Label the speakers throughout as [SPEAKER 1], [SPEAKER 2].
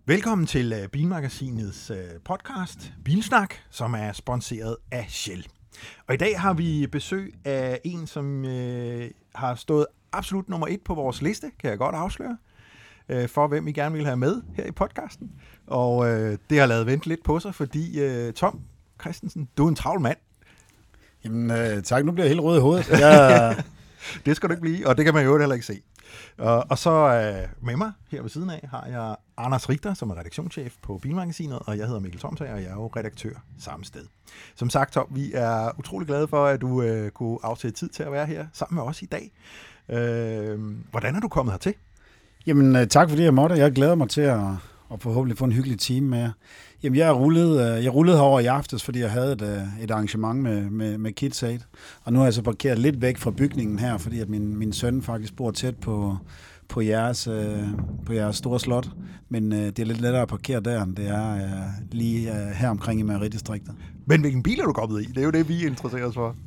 [SPEAKER 1] Velkommen til Bilmagasinets podcast, Bilsnak, som er sponsoreret af Shell. Og i dag har vi besøg af en, som har stået absolut nummer 1 på vores liste, kan jeg godt afsløre, for hvem I gerne vil have med her i podcasten. Og det har lavet vente lidt på sig, fordi Tom Christensen, du er en travl mand.
[SPEAKER 2] Jamen tak, nu bliver jeg helt rød i hovedet.
[SPEAKER 1] Det skal du ikke blive, og det kan man jo heller ikke se. Og så med mig her ved siden af har jeg Anders Richter, som er redaktionschef på Bilmagasinet, og jeg hedder Mikkel Tomtager, og jeg er jo redaktør samme sted. Som sagt, Tom, vi er utrolig glade for, at du kunne afsætte tid til at være her sammen med os i dag. Hvordan er du kommet hertil?
[SPEAKER 2] Jamen tak fordi jeg måtte. Jeg glæder mig til at forhåbentlig få en hyggelig time med jer. Jamen jeg rullede herover i aftes, fordi jeg havde et arrangement med KidsAid. Og nu har jeg så parkeret lidt væk fra bygningen her, fordi at min søn faktisk bor tæt på jeres store slot. Men det er lidt lettere at parkere der, end det er lige her omkring i Mejeridistriktet.
[SPEAKER 1] Men hvilken bil er du kommet i? Det er jo det, vi interesserer os for.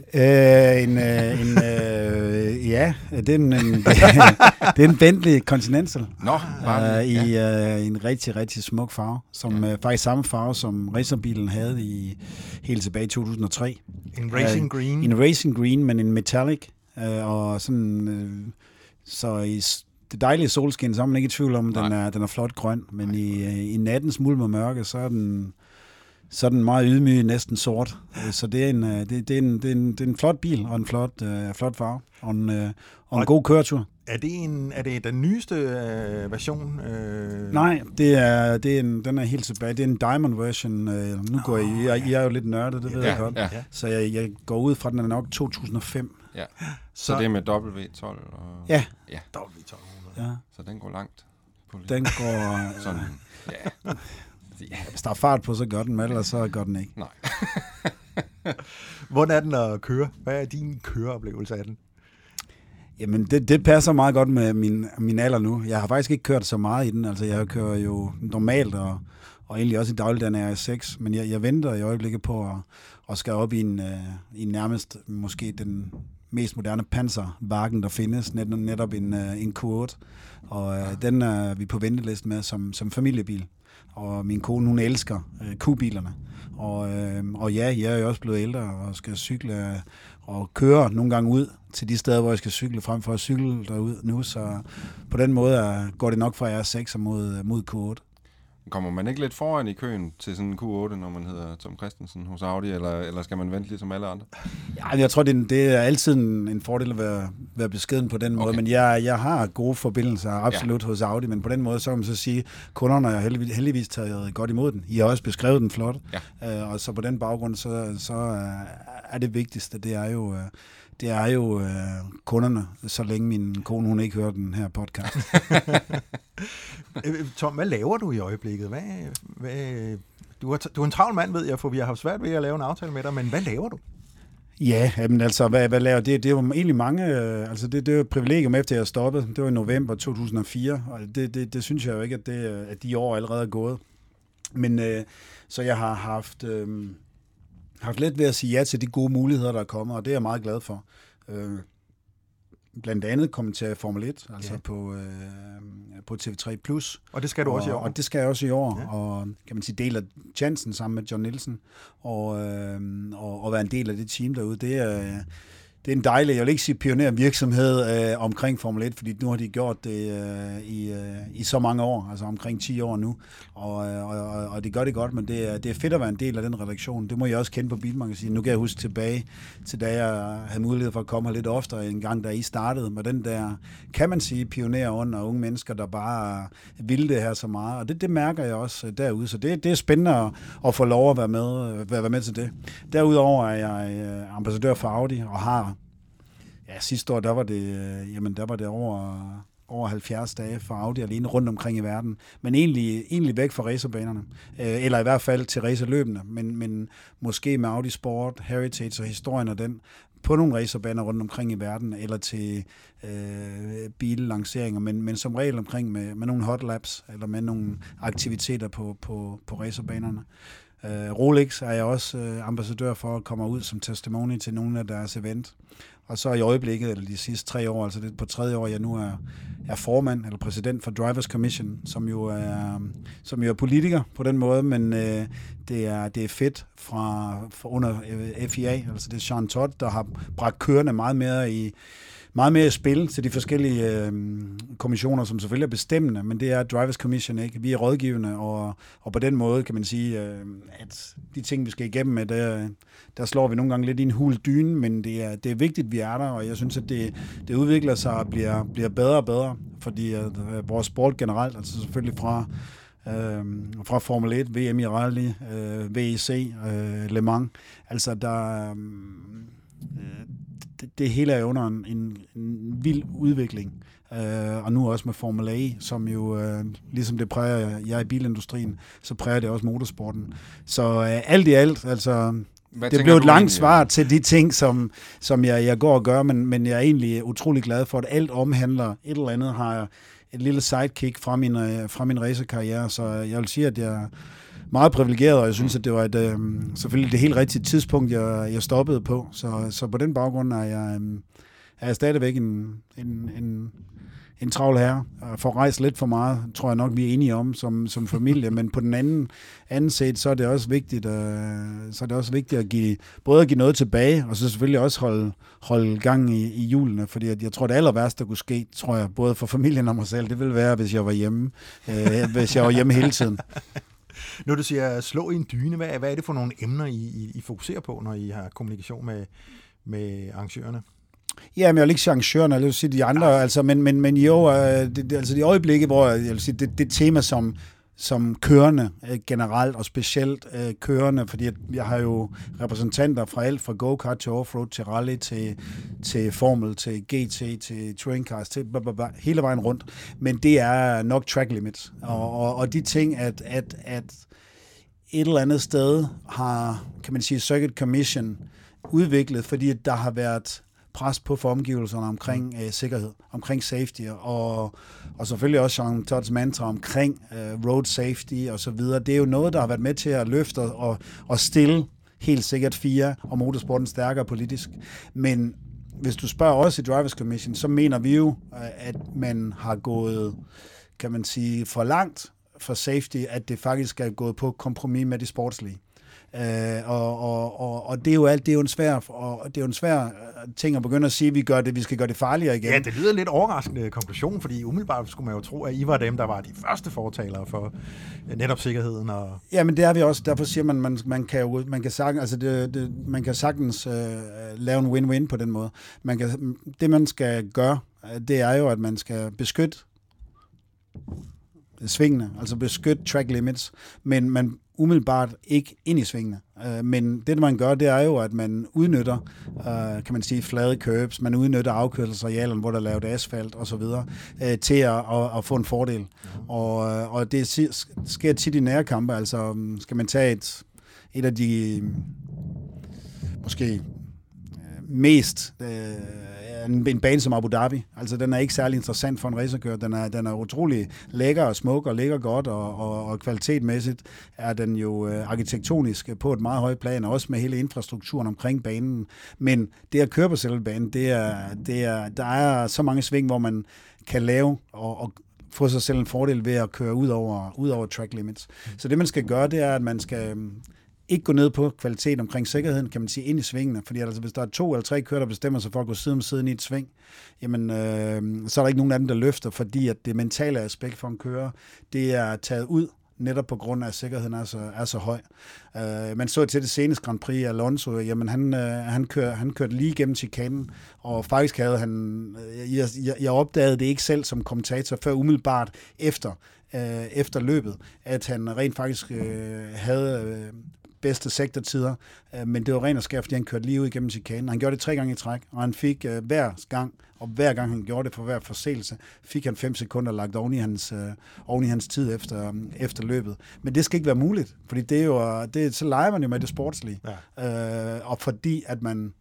[SPEAKER 2] Det er en Bentley Continental.
[SPEAKER 1] I
[SPEAKER 2] en rigtig, rigtig smuk farve, som faktisk samme farve, som racerbilen havde helt tilbage i 2003.
[SPEAKER 1] En Racing Green.
[SPEAKER 2] En Racing Green, men en metallic. Og sådan, så i det dejlige solskin, så er man ikke i tvivl om, at den er flot grøn, men i nattens mulm og mørke, så er den meget ydmyg, næsten sort. Så det er en flot bil, og en flot farve, og en god køretur.
[SPEAKER 1] Er det den nyeste version?
[SPEAKER 2] Nej, den er helt tilbage. Det er en Diamond version. Nu går I er jo lidt nørdet, det ved jeg godt. Ja. Så jeg går ud fra, den er nok 2005.
[SPEAKER 3] Ja. Så det er med W12? Og...
[SPEAKER 2] Ja.
[SPEAKER 1] W12.
[SPEAKER 2] Ja.
[SPEAKER 3] Så den går langt?
[SPEAKER 2] Den går...
[SPEAKER 3] sådan, ja.
[SPEAKER 2] Hvis der er fart på, så gør den, men ellers så gør den ikke.
[SPEAKER 3] Nej.
[SPEAKER 1] Hvordan er den at køre? Hvad er din køreoplevelse af den?
[SPEAKER 2] Jamen, det passer meget godt med min alder nu. Jeg har faktisk ikke kørt så meget i den. Altså, jeg kører jo normalt, og egentlig også i dagligdagen er jeg 6, men jeg venter i øjeblikket på at skal op i en nærmest måske den mest moderne panserwagen, der findes, netop en Q8. Og den er vi på venteliste med som familiebil. Og min kone, hun elsker Q-bilerne. Og ja, jeg er jo også blevet ældre og skal cykle og køre nogle gange ud til de steder, hvor jeg skal cykle, frem for at cykle derud nu. Så på den måde går det nok fra R6 mod Q8.
[SPEAKER 3] Kommer man ikke lidt foran i køen til sådan en Q8, når man hedder Tom Christensen hos Audi, eller skal man vente ligesom alle andre?
[SPEAKER 2] Ja, jeg tror, det er altid en fordel at være beskeden på den måde, men jeg har gode forbindelser absolut hos Audi, men på den måde, så kan man så sige, kunderne har heldigvis taget godt imod den. I har også beskrevet den flot, og så på den baggrund, så er det vigtigste, det er jo kunderne, så længe min kone, hun ikke hører den her podcast.
[SPEAKER 1] Tom, hvad laver du i øjeblikket? Du er en travl mand, ved jeg, for vi har haft svært ved at lave en aftale med dig, men hvad laver du?
[SPEAKER 2] Ja, men altså, hvad laver det? Det er jo egentlig mange, altså det er jo et privilegium efter jeg stoppede. Det var i november 2004, og det synes jeg jo ikke, at de år allerede er gået. Men så jeg har haft let ved at sige ja til de gode muligheder, der er kommet, og det er jeg meget glad for. Blandt andet kommentere Formel 1, altså på TV3+.
[SPEAKER 1] Og det skal du også i år?
[SPEAKER 2] Og det skal jeg også i år, og kan man sige, deler chancen sammen med John Nielsen, og være en del af det team derude. Det er en dejlig, jeg vil ikke sige pionervirksomhed omkring Formel 1, fordi nu har de gjort det i så mange år, altså omkring 10 år nu, og det gør det godt, men det er fedt at være en del af den redaktion. Det må jeg også kende på Bilmagasinet. Nu kan jeg huske tilbage til, da jeg havde mulighed for at komme her lidt oftere en gang, da I startede med den der, kan man sige, pionerånd og unge mennesker, der bare ville det her så meget, og det mærker jeg også derude, så det er spændende at få lov at være med til det. Derudover er jeg ambassadør for Audi, og har sidste år, der var det over 70 dage for Audi alene rundt omkring i verden, men egentlig væk fra racerbanerne, eller i hvert fald til racerløbene, men måske med Audi Sport, Heritage og historien af den, på nogle racerbaner rundt omkring i verden, eller til billanceringer, men som regel omkring med nogle hot laps, eller med nogle aktiviteter på racerbanerne. Rolex er jeg også ambassadør for at komme ud som testimony til nogle af deres event. Og så i øjeblikket, eller de sidste 3 år, altså det er på 3. år, jeg nu er formand eller præsident for Drivers Commission, som jo er politiker på den måde, men det er fedt fra under FIA, altså det er Jean Todt, der har bragt kørende meget mere i spil til de forskellige kommissioner, som selvfølgelig er bestemmende, men det er Drivers Commission, ikke? Vi er rådgivende, og på den måde kan man sige, at de ting, vi skal igennem med, der slår vi nogle gange lidt i en hul dyne, men det er vigtigt, at vi er der, og jeg synes, at det udvikler sig og bliver bedre og bedre, fordi vores sport generelt, altså selvfølgelig fra Formel 1, VM i rally, VEC, Le Mans, altså der det hele er under en vild udvikling. Og nu også med Formel A, som jo, ligesom det præger jeg i bilindustrien, så præger det også motorsporten. Så alt i alt, altså, det blev et langt svar til de ting, som jeg går og gør, men jeg er egentlig utrolig glad for, at alt omhandler et eller andet, har et lille sidekick fra min racerkarriere, så jeg vil sige, at jeg meget privilegeret, og jeg synes, at det var selvfølgelig det helt rigtige tidspunkt, jeg stoppede på. Så på den baggrund er jeg stadigvæk en travl herre. For at rejse lidt for meget, tror jeg nok, vi er enige om som familie, men på den anden side, så er det også vigtigt, at give noget tilbage, og så selvfølgelig også holde gang i hjulene, fordi jeg tror, det aller værste, der kunne ske, tror jeg, både for familien og mig selv, det ville være, hvis jeg var hjemme. Hvis jeg var hjemme hele tiden.
[SPEAKER 1] Når du siger slå i en dyne, hvad er det for nogle emner, I fokuserer på, når I har kommunikation med arrangørerne?
[SPEAKER 2] Ja, men jeg vil ikke sige arrangørerne, jeg vil sige de andre, altså, men jo, altså de øjeblikke, hvor jeg vil sige, det tema som kørende generelt, og specielt kørende, fordi jeg har jo repræsentanter fra alt, fra go-kart til offroad, til rally, til formel, til GT, til touringcars, til hele vejen rundt. Men det er nok track limits. Og de ting, at et eller andet sted har, kan man sige, Circuit Commission udviklet, fordi der har været pres på for omgivelserne omkring sikkerhed, omkring safety, og selvfølgelig også Jean Todts mantra omkring road safety og så videre. Det er jo noget, der har været med til at løfte og stille helt sikkert FIA og motorsporten stærkere politisk. Men hvis du spørger os i Drivers Commission, så mener vi jo, at man har gået, kan man sige, for langt for safety, at det faktisk er gået på kompromis med det sportslige. Og det er jo en svær ting at begynde at sige, at vi skal gøre det farligere igen.
[SPEAKER 1] Ja, det lyder lidt overraskende konklusion, fordi umiddelbart skulle man jo tro, at I var dem, der var de første fortalere for netop sikkerheden.
[SPEAKER 2] Ja, men det er vi også. Derfor siger man kan sagtens lave en win-win på den måde. Det man skal gøre, det er jo, at man skal beskytte svingene, altså beskytte track limits, men man umiddelbart ikke ind i svingene. Men det, man gør, det er jo, at man udnytter, kan man sige, flade curbs, man udnytter afkørselsarealerne, hvor der er lavet asfalt og så videre, til at få en fordel. Og det sker tit i nærkampe, altså skal man tage et af de måske mest en bane som Abu Dhabi. Altså, den er ikke særlig interessant for en racerkører. Den er utrolig lækker og smuk og ligger godt, og kvalitetmæssigt er den jo arkitektonisk på et meget højt plan, også med hele infrastrukturen omkring banen. Men det at køre på selve banen, der er så mange sving, hvor man kan lave og få sig selv en fordel ved at køre ud over track limits. Så det, man skal gøre, det er, at man skal ikke gå ned på kvalitet omkring sikkerheden, kan man sige, ind i svingene. Fordi altså, hvis der er 2 eller 3 kører, der bestemmer sig for at gå side om side i et sving, jamen, så er der ikke nogen af dem, der løfter, fordi at det mentale aspekt for en kører, det er taget ud, netop på grund af, at sikkerheden er så høj. Man så til det seneste Grand Prix, Alonso, jamen han kørte lige igennem chikanen, og faktisk havde han, jeg opdagede det ikke selv som kommentator, før umiddelbart efter løbet, at han rent faktisk havde bedste sektortider, men det var ren og skær, fordi han kørte lige ud igennem chikanen. Han gjorde det 3 gange i træk, og han fik hver gang han gjorde det for hver forseelse, fik han 5 sekunder lagt oven i hans tid efter løbet. Men det skal ikke være muligt, fordi så leger man jo med det sportslige. Ja. Og fordi at man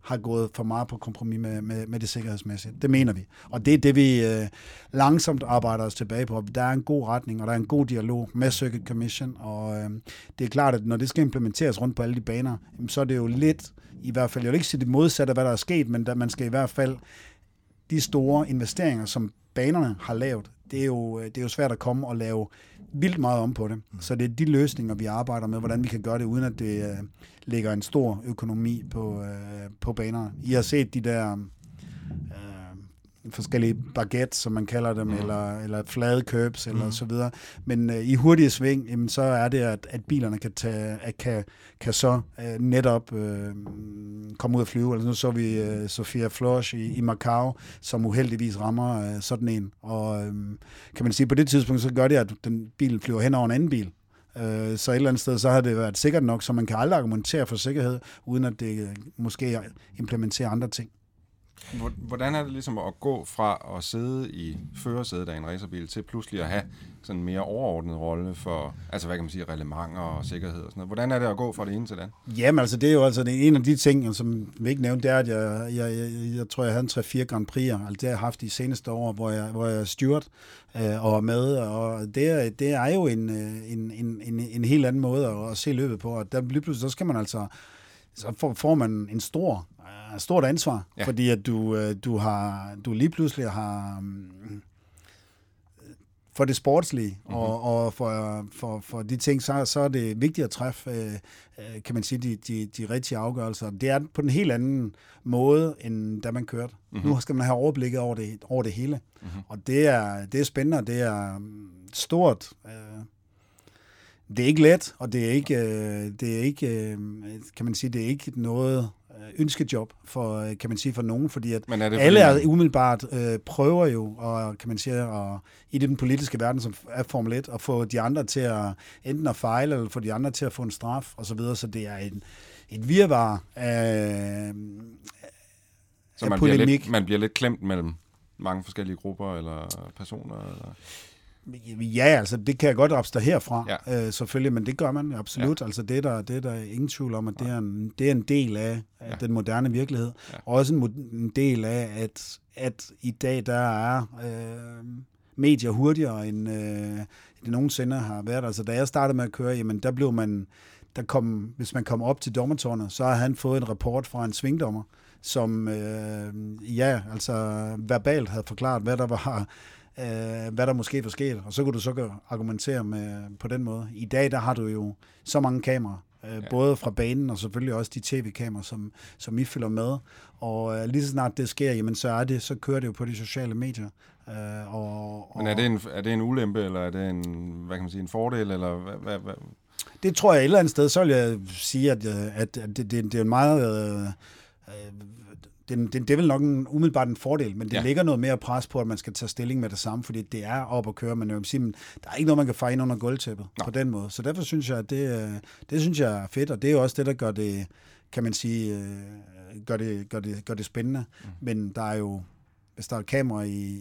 [SPEAKER 2] har gået for meget på kompromis med det sikkerhedsmæssige. Det mener vi. Og det er det, vi langsomt arbejder os tilbage på. Der er en god retning, og der er en god dialog med Circuit Commission, og det er klart, at når det skal implementeres rundt på alle de baner, så er det jo lidt, i hvert fald, jeg vil ikke sige det modsatte af, hvad der er sket, men man skal i hvert fald, de store investeringer, som banerne har lavet, det er jo svært at komme og lave vildt meget om på det. Så det er de løsninger, vi arbejder med, hvordan vi kan gøre det, uden at det lægger en stor økonomi på banerne. I har set de der forskellige baguettes, som man kalder dem, eller flade curbs, eller så videre. Men i hurtige sving, jamen, så er det, at bilerne kan så netop komme ud at flyve. Altså, nu så vi Sofia Flores i Macau, som uheldigvis rammer sådan en. Og kan man sige, på det tidspunkt, så gør det, at den bil flyver hen over en anden bil. Så et eller andet sted, så har det været sikkert nok, så man kan aldrig argumentere for sikkerhed, uden at det måske implementerer andre ting.
[SPEAKER 3] Hvordan er det ligesom at gå fra at sidde i førersædet af en racerbil til pludselig at have sådan en mere overordnet rolle for, altså hvad kan man sige, reglementer og sikkerhed og sådan noget? Hvordan er det at gå fra det ene til det andet?
[SPEAKER 2] Jamen altså, det er jo altså en af de ting, som vi ikke nævnte, det er, at jeg tror, jeg havde en 3-4 Grand Prix'er, altså det har jeg haft de seneste år, hvor jeg er steward og er med, og det er jo en helt anden måde at se løbet på, og der lige pludselig, så skal man altså, så får man en stort ansvar, fordi at du lige pludselig har for det sportslige, og for de ting, så er det vigtigt at træffe, kan man sige, de rigtige afgørelser. Det er på den helt anden måde, end da man kørte. Nu skal man have overblikket over det hele. Og det er spændende, og det er stort. Det er ikke let, og det er ikke, kan man sige, det er ikke noget ønskejob for, kan man sige, for nogen, fordi at alle er umiddelbart prøver jo, og kan man sige, i den politiske verden, som er Formel 1, at få de andre til at enten at fejle, eller få de andre til at få en straf, og så videre, så det er et virvar af polemik.
[SPEAKER 3] Man bliver lidt klemt mellem mange forskellige grupper, eller personer, eller...
[SPEAKER 2] Ja, altså det kan jeg godt abstrahere herfra, selvfølgelig, men det gør man absolut. Ja. Altså det er der ingen tvivl om, at det er en del af den moderne virkelighed. Ja. Også en del af, at i dag der er medier hurtigere, end det nogensinde har været. Altså da jeg startede med at køre, jamen der blev hvis man kom op til dommertårnet, så har han fået en rapport fra en svingdommer, som altså verbalt havde forklaret, hvad der måske var sket, og så kunne du så argumentere på den måde. I dag, der har du jo så mange kameraer, både fra banen, og selvfølgelig også de tv-kameraer, som I følger med, og lige så snart det sker, jamen så kører det jo på de sociale medier.
[SPEAKER 3] Men er det en ulempe, eller er det en fordel, eller hvad?
[SPEAKER 2] Det tror jeg et eller andet sted, så vil jeg sige, at det er en meget... Det er vel nok umiddelbart en fordel, men det ligger noget mere pres på, at man skal tage stilling med det samme, fordi det er op at køre, men jeg vil sige, der er ikke noget, man kan feje ind under gulvtæppet på den måde. Så derfor synes jeg, at det synes jeg er fedt, og det er jo også det, der gør det, kan man sige, gør det spændende. Men der er jo, hvis der er kamera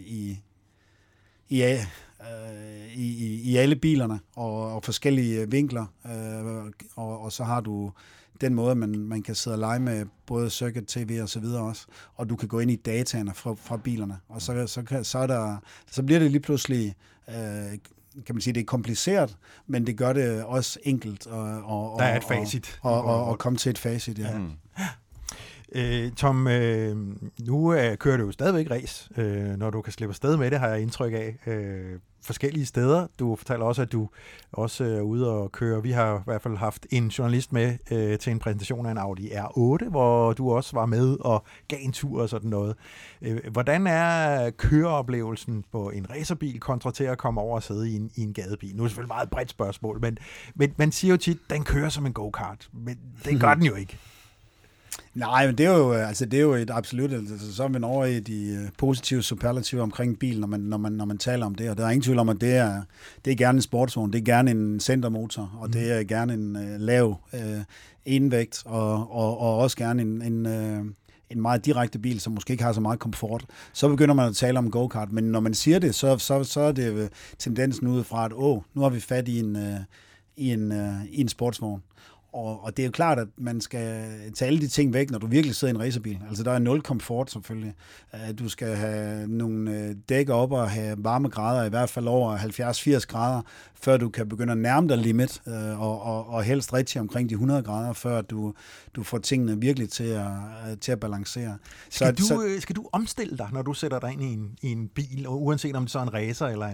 [SPEAKER 2] i alle bilerne, og forskellige vinkler, og så har du den måde, man kan sidde og lege med både Circuit TV og så videre også, og du kan gå ind i dataene fra bilerne, og så bliver det lige pludselig, kan man sige, det er kompliceret, men det gør det også enkelt.
[SPEAKER 1] Der er et facit.
[SPEAKER 2] Og komme til et facit, ja.
[SPEAKER 1] Tom, nu kører du jo stadigvæk race, når du kan slippe afsted med det, har jeg indtryk af, forskellige steder. Du fortæller også, at du også er ude og køre. Vi har i hvert fald haft en journalist med til en præsentation af en Audi R8, hvor du også var med og gav en tur og sådan noget. Hvordan er køreoplevelsen på en racerbil kontra til at komme over og sidde i en gadebil? Nu er det selvfølgelig et meget bredt spørgsmål, men man siger jo tit, at den kører som en go-kart, men det gør den jo ikke.
[SPEAKER 2] Nej, men det er jo et absolut, altså, så er man over i de positive superlativer omkring bil, når man taler om det, og der er ingen tvivl om, at det er gerne en sportsvogn, det er gerne en centermotor, og det er gerne en lav envægt, og også gerne en meget direkte bil, som måske ikke har så meget komfort. Så begynder man at tale om go-kart, men når man siger det, så er det tendensen ud fra, at nu har vi fat i en sportsvogn. Og det er jo klart, at man skal tage alle de ting væk, når du virkelig sidder i en racerbil. Altså, der er 0 komfort selvfølgelig. Du skal have nogle dæk op og have varmegrader, i hvert fald over 70-80 grader, før du kan begynde at nærme dig limit, og helst rigtig omkring de 100 grader, før du får tingene virkelig til at balancere.
[SPEAKER 1] Skal du omstille dig, når du sætter dig ind i en bil, uanset om det så er en racer eller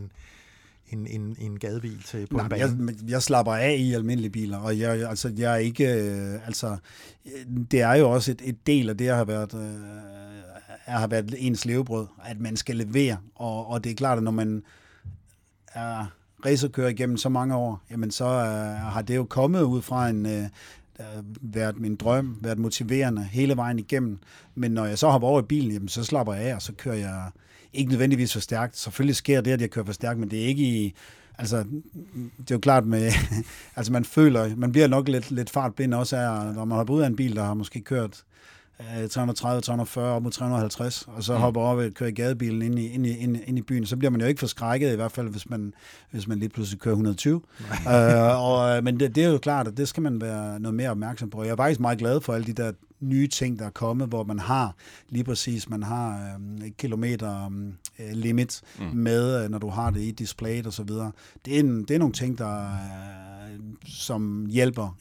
[SPEAKER 1] en gadebil på en bane?
[SPEAKER 2] Jeg slapper af i almindelige biler, og jeg er ikke... det er jo også et del af det, har været ens levebrød, at man skal levere, og det er klart, at når man er racerkører igennem så mange år, jamen så har det jo kommet ud fra været min drøm, været motiverende hele vejen igennem, men når jeg så hopper over i bilen, jamen så slapper jeg af, og så kører jeg ikke nødvendigvis for stærkt. Selvfølgelig sker det, at jeg kører for stærkt, men det er ikke i... Altså, det er jo klart med... altså, man bliver nok lidt fartblind også af, når man hopper ud af en bil, der har måske kørt 330, 340, op mod 350, og så hopper over og kører i gadebilen ind i byen, så bliver man jo ikke forskrækket, i hvert fald, hvis man lige pludselig kører 120. Men det er jo klart, at det skal man være noget mere opmærksom på. Jeg er faktisk meget glad for alle de der nye ting, der er kommet, hvor man har lige præcis, man har kilometer limit med, når du har det i displayet og så videre. Det er nogle ting, der som hjælper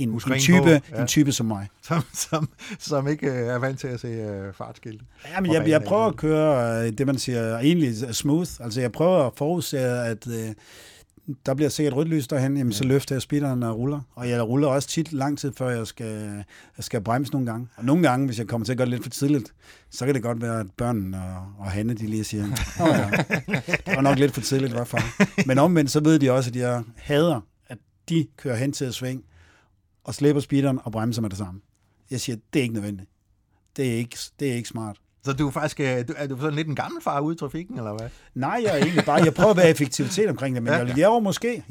[SPEAKER 2] en type som mig.
[SPEAKER 1] Som ikke er vant til at se fartskilte.
[SPEAKER 2] Jamen, jeg prøver at køre det, man siger, egentlig smooth. Altså, jeg prøver at forudse, at der bliver sikkert rødt lys derhen, jamen så løfter jeg speederen og ruller. Og jeg ruller også tit lang tid, før jeg skal bremse nogle gange. Og nogle gange, hvis jeg kommer til at gøre det lidt for tidligt, så kan det godt være, at børnene og Hanne, de lige siger, det var nok lidt for tidligt, hvorfor? Men omvendt, så ved de også, at jeg hader, at de kører hen til at sving, og slipper speederen og bremser med det samme. Jeg siger, det er ikke nødvendigt. Det er ikke smart.
[SPEAKER 1] Så du er faktisk er du sådan lidt en gammel far ude i trafikken, eller hvad?
[SPEAKER 2] Nej, jeg er egentlig bare, jeg prøver at være effektivitet omkring det, men jeg er jo måske.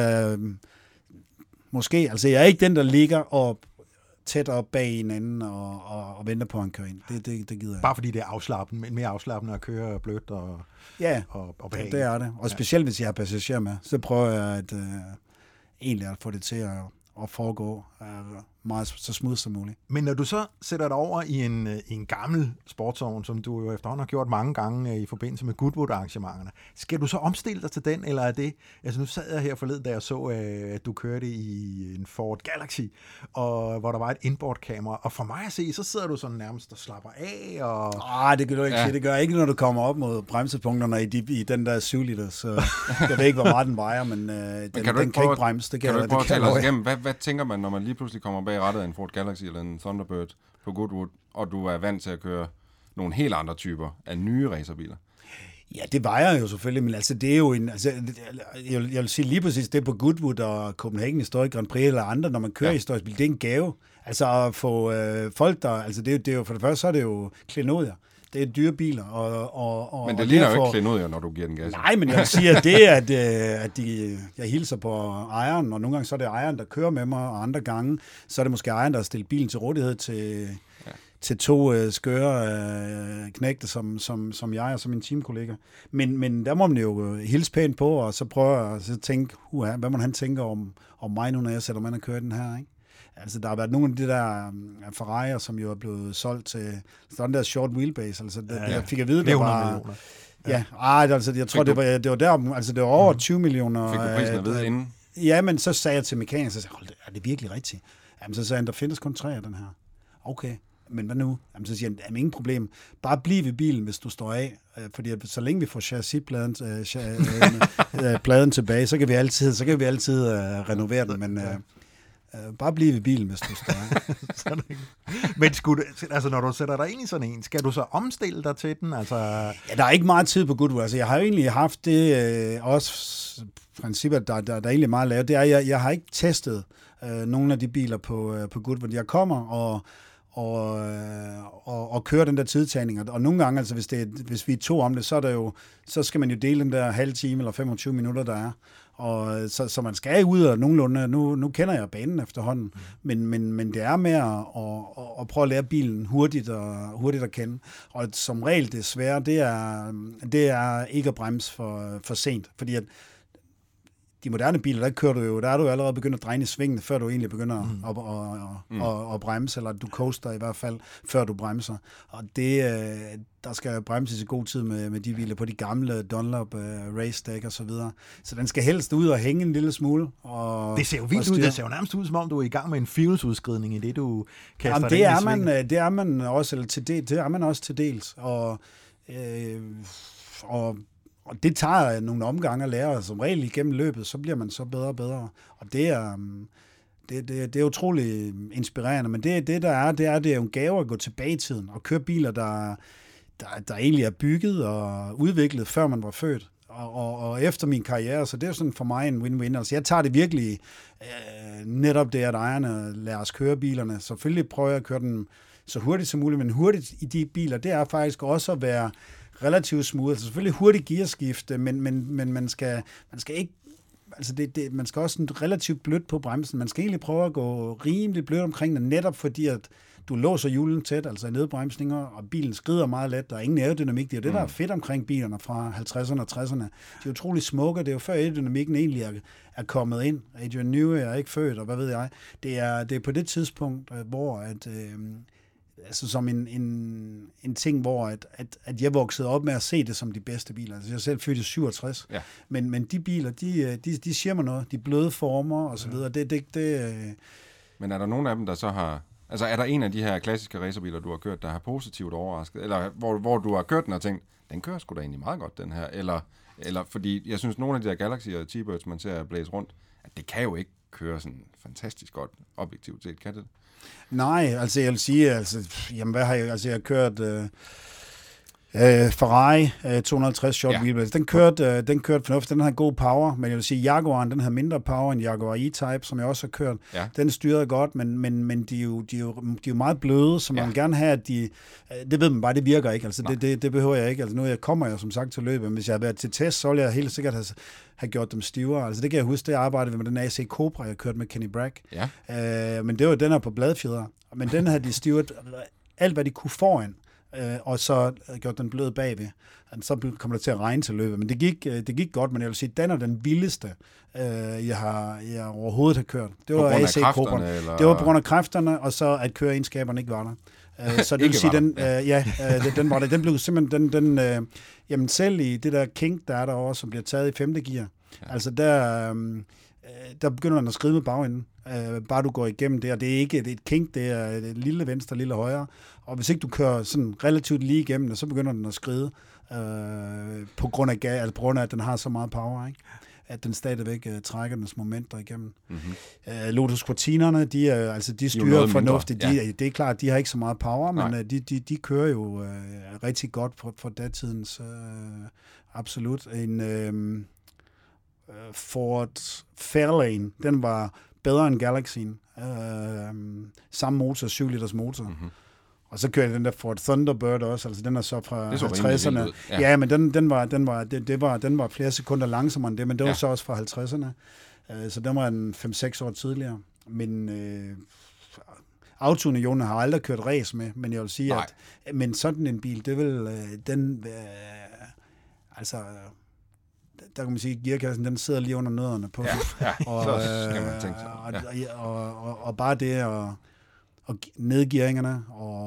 [SPEAKER 2] Altså jeg er ikke den, der ligger tæt op bag hinanden og venter på, at han kører ind. Det gider jeg.
[SPEAKER 1] Bare fordi det er mere afslappende at køre blødt og bag.
[SPEAKER 2] Det er det. Og specielt hvis jeg har passagerer med, så prøver jeg egentlig at få det til at foregå meget så smooth som muligt.
[SPEAKER 1] Men når du så sætter dig over i en gammel sportsvogn, som du jo efterhånden har gjort mange gange i forbindelse med Goodwood-arrangementerne, skal du så omstille dig til den, eller er det... Altså nu sad jeg her forleden, da jeg så, at du kørte i en Ford Galaxy, og hvor der var et inboard-kamera, og for mig at se, så sidder du sådan nærmest og slapper af, og...
[SPEAKER 2] det kan du ikke sige. Det gør ikke, når du kommer op mod bremsepunkterne i den der 7 liter, så jeg ved ikke, hvor meget den vejer, men den kan ikke bremse.
[SPEAKER 3] Kan du ikke prøve at tale os igennem? Hvad tænker man, når man lige pludselig kommer bag rattet af en Ford Galaxy eller en Thunderbird på Goodwood, og du er vant til at køre nogle helt andre typer af nye racerbiler?
[SPEAKER 2] Ja, det vejer jo selvfølgelig, men altså det er jo jeg vil sige lige præcis, det på Goodwood og Copenhagen Historic Grand Prix eller andre, når man kører historisk bil, det er en gave. Altså at få folk der, altså det er jo for det første, så er det jo klenodier. Det er dyre biler.
[SPEAKER 3] Men det ligner jo ikke klenodier, når du giver den gas.
[SPEAKER 2] Nej, men jeg vil sige, at det at jeg hilser på ejeren, og nogle gange så er det ejeren, der kører med mig, og andre gange så er det måske ejeren, der har stillet bilen til rådighed til 2 skøre knægte, som jeg og som min teamkollega. Men der må man jo hilse pænt på, og så prøve at tænke, hvad må han tænke om mig nu, når jeg sætter mig og kører den her, ikke? Altså, der har været nogle af de der Ferrari'er, som jo er blevet solgt til sådan der short wheelbase. Altså, jeg fik at vide, det var... Altså, jeg tror, det var der, altså, det var over 20 millioner.
[SPEAKER 3] Fik du prisen at vide inden?
[SPEAKER 2] Ja, men så sagde jeg til mekanikeren, så sagde jeg, er det virkelig rigtigt? Jamen, så sagde han, der findes kun 3 af den her. Okay, men hvad nu? Jamen, så siger han, jamen, ingen problem. Bare bliv ved bilen, hvis du står af. Fordi så længe vi får chassispladen tilbage, så kan vi altid renovere den, men... bare blive ved bilen, hvis du står.
[SPEAKER 1] Men når du sætter dig ind i sådan en, skal du så omstille dig til den? Altså...
[SPEAKER 2] Ja, der er ikke meget tid på Goodwood. Altså, jeg har jo egentlig haft det også princippet, der er egentlig meget lavt. Det er, jeg har ikke testet nogle af de biler på Goodwood. Jeg kommer og kører den der tidtagning. Og nogle gange, altså hvis vi er 2 om det, så skal man jo dele den der halve time eller 25 minutter, der er. Og så man skal ud og nogenlunde, nu kender jeg banen efterhånden, men det er med at prøve at lære bilen hurtigt at kende. Og som regel det svære, det er ikke at bremse for sent, fordi at de moderne biler, der er du jo allerede begyndt at dreje i svingene, før du egentlig begynder at bremse, eller du coaster i hvert fald, før du bremser. Og det, der skal bremses i god tid med de biler på de gamle Dunlop Race Deck og så videre. Så den skal helst ud og hænge en lille smule. Og,
[SPEAKER 1] det ser jo vildt ud. Det ser jo nærmest ud, som om du er i gang med en firehjulsudskridning i det, du kaster
[SPEAKER 2] det er man også, eller det er man også til dels. Og det tager nogle omgange at lære, som regel igennem løbet, så bliver man så bedre og bedre. Og det er utrolig inspirerende, men det er jo en gave at gå tilbage i tiden og køre biler, der egentlig er bygget og udviklet, før man var født. Og efter min karriere, så det er sådan for mig en win-win. Altså jeg tager det virkelig netop det, at ejerne lader os køre bilerne. Selvfølgelig prøver jeg at køre dem så hurtigt som muligt, men hurtigt i de biler, det er faktisk også at være relativt smooth. Altså selvfølgelig hurtigt gearskifte, men man skal ikke, altså man skal også sådan relativt blødt på bremsen. Man skal egentlig prøve at gå rimelig blødt omkring det, netop fordi at du låser hjulen tæt, altså i nedbremsninger, og bilen skrider meget let. Der er ingen aerodynamik. Det er jo det, der er fedt omkring bilerne fra 50'erne og 60'erne. De er utrolig smukke. Det er jo før aerodynamikken egentlig er kommet ind. Adrian Newey er ikke født, og hvad ved jeg. Det er på det tidspunkt, hvor at altså som en ting, hvor at jeg voksede op med at se det som de bedste biler. Altså jeg er selv født i 67, men de biler, de siger mig noget. De bløde former og så videre.
[SPEAKER 3] Men er der nogen af dem, der så har... Altså er der en af de her klassiske racerbiler, du har kørt, der har positivt overrasket? Eller hvor du har kørt den og tænkt, den kører sgu da egentlig meget godt, den her? Eller fordi jeg synes, nogle af de der Galaxy og T-Birds, man ser blæse rundt, at det kan jo ikke køre sådan fantastisk godt objektivt set, kan det?
[SPEAKER 2] Nej, altså jeg vil sige, jamen hvad har jeg, jeg har kørt Ferrari 250 short wheelbase, den kørte fornuftigt, den har god power, men jeg vil sige, Jaguaren, den har mindre power end Jaguar E-Type, som jeg også har kørt. Ja. Den styrede godt, men de er jo meget bløde, så man vil gerne have, at det ved man bare, det virker ikke, altså det behøver jeg ikke, altså nu kommer jeg som sagt til løbet, men hvis jeg havde været til test, så ville jeg helt sikkert have gjort dem stivere, altså det kan jeg huske, det arbejdede med den AC Cobra, jeg kørte med Kenny Bragg, men det var den her på bladfjeder, men den havde de stivet alt, hvad de kunne foran, og så gjort den blød bagved. Så kommer det til at regne til løbet. Men det gik godt, men jeg vil sige, den er den vildeste, jeg overhovedet har kørt. Det var AC Cobra. Det var på grund af kræfterne, og så at køreegenskaberne ikke var der. Så det vil sige, den var der. Den blev simpelthen, jamen selv i det der kink, der er derovre, som bliver taget i 5. gear, altså der begynder man at skride med bagenden. Bare du går igennem det, og det er ikke et kink, det er et lille venstre, lille højre. Og hvis ikke du kører sådan relativt lige igennem det, så begynder den at skride på grund af, at den har så meget power, ikke? At den stadigvæk trækker dens momenter igennem. Mm-hmm. Lotus Cortinerne, de styrer fornuftigt. Det er klart, de har ikke så meget power, men de kører jo rigtig godt for datidens absolut. En Ford Fairlane, den var bedre end Galaxyen. Samme motor, 7 liters motor. Mm-hmm. Og så kørte jeg den der Ford Thunderbird også, altså den er så fra 50'erne. Ja, men den var flere sekunder langsommere end det, men det var så også fra 50'erne. Så den var en 5-6 år tidligere. Men autounionen har aldrig kørt race med, men jeg vil sige, men sådan en bil, det vil der kan man sige, at gearkassen, den sidder lige under nødderne på. Og bare det, og nedgearingerne,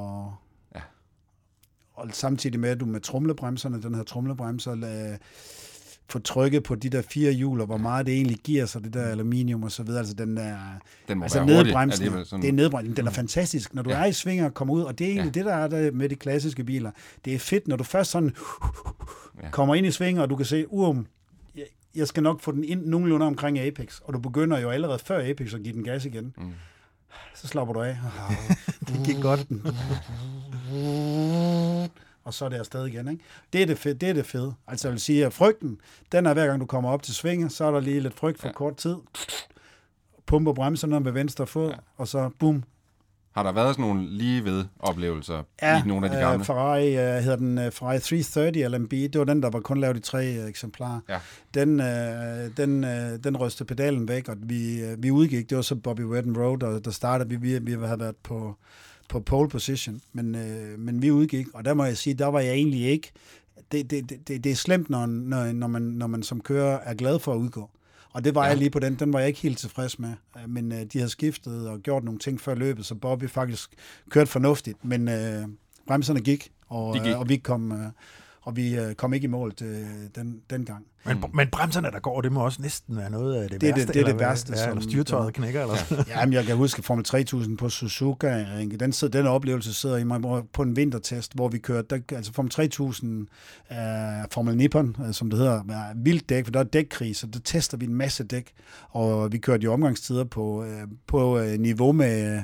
[SPEAKER 2] og samtidig med, at du med tromlebremserne, den her tromlebremser, få trykket på de der 4 hjul, og hvor meget det egentlig giver sig, det der aluminium og så videre. Altså den altså nedbremsen, det er nedbremsen, den er fantastisk, når du er i svinger og kommer ud, og det er egentlig det, der er der med de klassiske biler. Det er fedt, når du først sådan kommer ind i svinger, og du kan se, jeg skal nok få den ind nogenlunde omkring Apex, og du begynder jo allerede før Apex at give den gas igen. Mm. Så slapper du af.
[SPEAKER 1] Det gik godt.
[SPEAKER 2] Og så er det afsted igen, ikke? Det er det fede. Altså jeg vil sige, at frygten, den er hver gang du kommer op til svinget, så er der lige lidt frygt for kort tid. Pumper bremserne med venstre fod, og så bum.
[SPEAKER 3] Har der været sådan nogle lige ved oplevelser i nogle af de gamle?
[SPEAKER 2] Ferrari hedder den Ferrari 330 LMB. Det var den, der var kun lavet i 3 eksemplarer. Ja. Den rystede pedalen væk, og vi udgik. Det var så Bobby Redden Road, der startede. Vi havde været på pole position, men vi udgik. Og der må jeg sige, der var jeg egentlig ikke. Det er slemt, når man som kører er glad for at udgå. Og det var jeg lige på den var jeg ikke helt tilfreds med. Men de havde skiftet og gjort nogle ting før løbet, så Bobby faktisk kørte fornuftigt. Men bremserne gik, og vi kom ikke i mål den gang.
[SPEAKER 1] Men bremserne, der går, det må også næsten være noget af det værste.
[SPEAKER 2] Det er det værste.
[SPEAKER 1] Eller styrtøjet knækker, eller sådan.
[SPEAKER 2] Jamen, jeg kan huske Formel 3000 på Suzuka. Den oplevelse sidder i mig på en vintertest, hvor vi kørte. Altså Formel 3000, Formel Nippon, som det hedder, er vildt dæk, for der er dækkrig, så der tester vi en masse dæk. Og vi kørte jo omgangstider på niveau med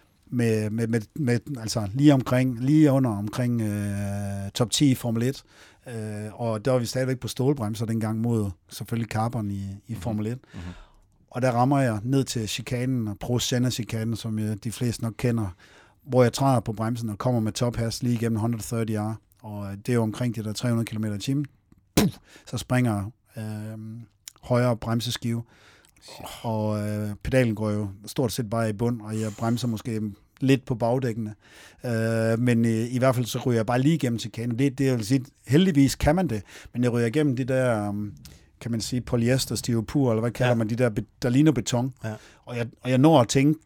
[SPEAKER 2] altså lige under omkring top 10 i Formel 1. Og der var vi stadigvæk på stålbremser dengang mod selvfølgelig carbon i Formel 1. Mm-hmm. Og der rammer jeg ned til chikanen, og Pro Senna-chikanen, som de fleste nok kender, hvor jeg træder på bremsen og kommer med tophast lige igennem 130 R. Og det er jo omkring de der 300 km/t. Så springer højre bremseskive, og pedalen går jo stort set bare i bund, og jeg bremser måske lidt på bagdækkene. Men i hvert fald så ryger jeg bare lige igennem chikanen. Det vil sige, heldigvis kan man det, men jeg ryger igennem de der, kan man sige, polyester, styropor, eller hvad kalder man de der ligner beton. Ja. Og jeg når at tænke,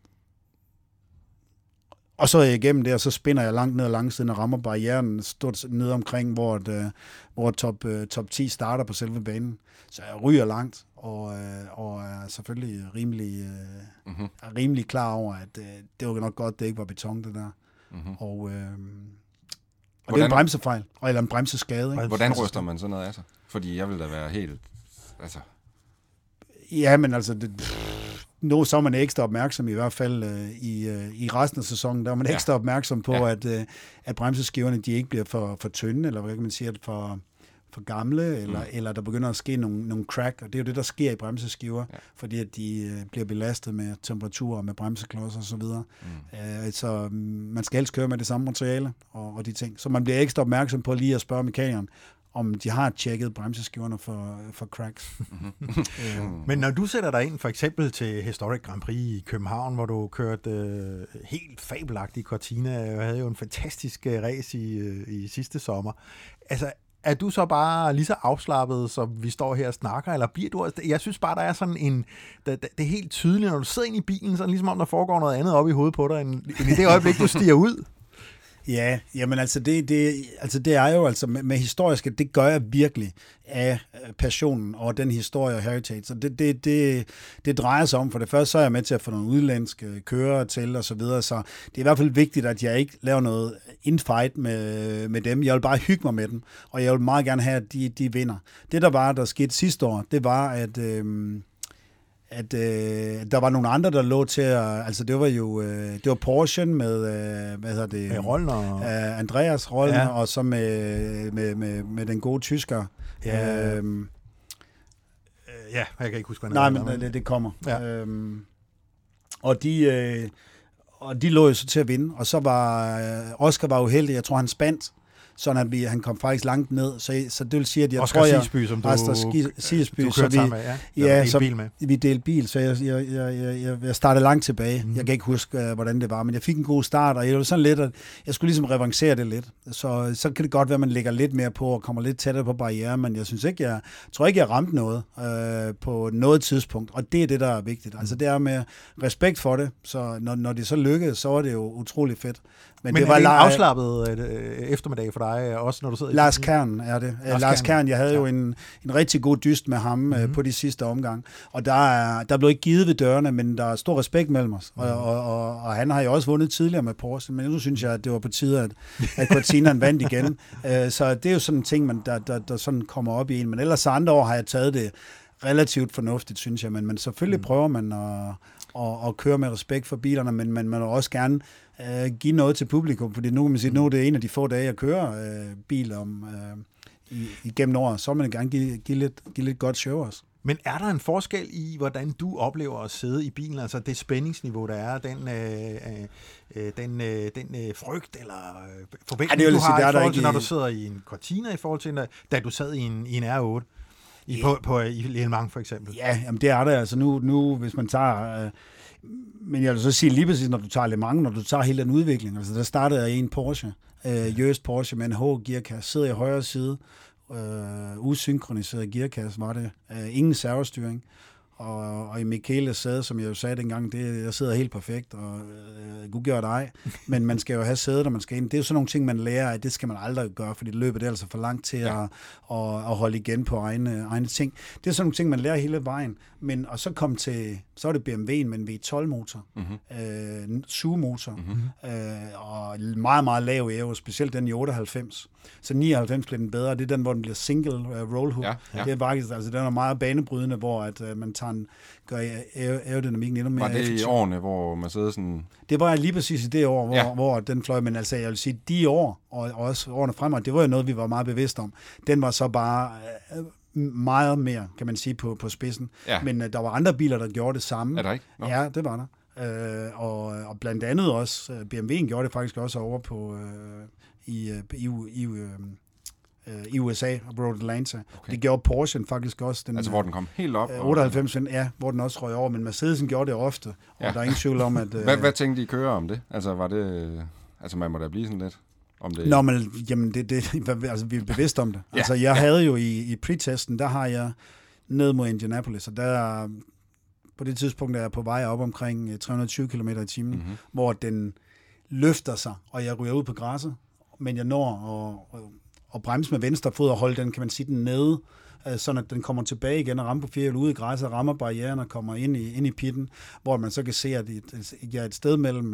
[SPEAKER 2] og så er jeg igennem det, og så spinner jeg langt ned ad langsiden og rammer barrieren stort ned omkring, hvor top 10 starter på selve banen. Så jeg ryger langt, og er selvfølgelig rimelig klar over, at det var nok godt, det ikke var beton, det der. Mm-hmm. Og det er en bremsefejl, eller en bremseskade. Ikke?
[SPEAKER 3] Hvordan ryster man sådan noget af sig? Fordi jeg vil da være helt... Altså...
[SPEAKER 2] Ja, men altså... Nu så er man ekstra opmærksom, i hvert fald i resten af sæsonen, der er man ekstra opmærksom på, at bremseskiverne de ikke bliver for tynde, eller hvad kan man sige, for gamle, eller der begynder at ske nogle crack, og det er jo det, der sker i bremseskiver, fordi at de bliver belastet med temperatur og med bremseklodser og så videre. Så man skal helst køre med det samme materiale og de ting. Så man bliver ekstra opmærksom på lige at spørge mekanikeren, om de har tjekket bremseskiverne for cracks.
[SPEAKER 1] Men når du sætter dig ind for eksempel til Historic Grand Prix i København, hvor du kørte helt fabelagtigt Cortina, og havde jo en fantastisk race i sidste sommer. Altså, er du så bare lige så afslappet, som vi står her og snakker, eller bliver du... Jeg synes bare, der er sådan en... Det er helt tydeligt, når du sidder inde i bilen, sådan ligesom om der foregår noget andet op i hovedet på dig, end i det øjeblik, du stiger ud.
[SPEAKER 2] Ja, jamen altså det er jo altså med historiske, det gør jeg virkelig af passionen og den historie og heritage. Så det drejer sig om, for det første så er jeg med til at få nogle udlandske kører til og så videre, så det er i hvert fald vigtigt, at jeg ikke laver noget infight med dem. Jeg vil bare hygge mig med dem, og jeg vil meget gerne have, at de vinder. Det der skete sidste år, det var, at der var nogle andre, der lå til at... Altså, det var Porsche med, hvad hedder det?
[SPEAKER 1] Med Rollen og...
[SPEAKER 2] Andreas Rollen, og så med den gode tysker.
[SPEAKER 1] Ja, jeg kan ikke huske, hvad
[SPEAKER 2] nej, men det kommer. Ja. Og de lå jo så til at vinde, og så var Oscar var uheldig. Jeg tror, han spandt, sådan at han kom faktisk langt ned, så det vil sige, at jeg
[SPEAKER 1] Oscar
[SPEAKER 2] tror, jeg...
[SPEAKER 1] Sisby, som du
[SPEAKER 2] kørte
[SPEAKER 1] sammen med, ja?
[SPEAKER 2] Så
[SPEAKER 1] bil med.
[SPEAKER 2] Vi delte bil, så jeg startede langt tilbage. Jeg kan ikke huske, hvordan det var, men jeg fik en god start, og jeg var sådan lidt, at jeg skulle ligesom revancere det lidt. Så kan det godt være, at man lægger lidt mere på og kommer lidt tættere på barriere, men jeg tror ikke, jeg ramte noget på noget tidspunkt, og det er det, der er vigtigt. Altså det er med respekt for det, så når det så lykkedes, så var det jo utrolig fedt.
[SPEAKER 1] Men det var en afslappet eftermiddag for dig, også når du sidder...
[SPEAKER 2] Lars Kern er det. Lars Kern, jeg havde jo en rigtig god dyst med ham på de sidste omgang, og der blev ikke givet ved dørene, men der er stor respekt mellem os, og han har jo også vundet tidligere med Porsche, men nu synes jeg, at det var på tide, at Cortina vandt igen. Så det er jo sådan en ting, der sådan kommer op i en, men ellers andre år har jeg taget det relativt fornuftigt, synes jeg, men selvfølgelig prøver man at køre med respekt for bilerne, men man vil også gerne give noget til publikum, fordi nu kan man sige, nu er det en af de få dage, jeg kører bil igennem året, så vil man gerne give lidt godt show også.
[SPEAKER 1] Men er der en forskel i, hvordan du oplever at sidde i bilen, altså det spændingsniveau, der er, den frygt eller forventning, du har i forhold til, når du sidder i en Cortina, i forhold til, da du sad i en R8? I Le Mans for eksempel.
[SPEAKER 2] Ja, jamen det er det. Altså nu hvis man tager... men jeg vil så sige lige præcis, når du tager Le Mans, når du tager hele den udvikling. Altså der startede jeg i en Porsche, Jøst Porsche med en H-gearkasse, sidder i højre side, usynkroniseret gearkasse var det, ingen servostyring. og i Micheles sæde, som jeg jo sagde dengang, jeg sidder helt perfekt, og Gud gør dig. Men man skal jo have sædet, og man skal ind. Det er jo sådan nogle ting, man lærer, at det skal man aldrig gøre, fordi det løbet er altså for langt til at holde igen på egne ting. Det er sådan nogle ting, man lærer hele vejen. Og så kom til, så er det BMW'en med en V12-motor, SUV-motor, og meget, meget lav aero, specielt den i 98. Så 99 blev den bedre, det er den, hvor den bliver single roll hook. Ja. Det er faktisk, altså den er meget banebrydende, hvor at man gør aerodynamikken endnu mere effektiv.
[SPEAKER 3] Var det i årene, hvor Mercedes sådan...
[SPEAKER 2] Det var lige præcis i det år, hvor den fløj, men altså jeg vil sige, de år, og også årene fremad, det var jo noget, vi var meget bevidste om. Den var så bare meget mere, kan man sige, på spidsen. Ja. Men der var andre biler, der gjorde det samme.
[SPEAKER 3] Er der ikke? No.
[SPEAKER 2] Ja, det var der. Og blandt andet også, BMW'en gjorde det faktisk også over på i USA og Road Atlanta. Okay. Det gjorde Porsche faktisk også.
[SPEAKER 3] Altså hvor den kom helt op?
[SPEAKER 2] 98, hvor den også røg over, men Mercedesen gjorde det ofte, og der er ingen tvivl om, at...
[SPEAKER 3] Hvad tænkte I kører om det? Altså var det... Altså man må da blive sådan lidt om det...
[SPEAKER 2] Nå, men jamen, altså, vi er bevidst om det. Ja. Altså jeg havde jo i pre-testen, der har jeg ned mod Indianapolis, og der på det tidspunkt er jeg på vej op omkring 320 km i timen, hvor den løfter sig, og jeg ryger ud på græsset, men jeg når at bremse med venstre fod og holde den, kan man sige, den nede, sådan at den kommer tilbage igen og rammer på firehjul ude i græsset, rammer barrieren og kommer ind i pitten, hvor man så kan se, at et sted mellem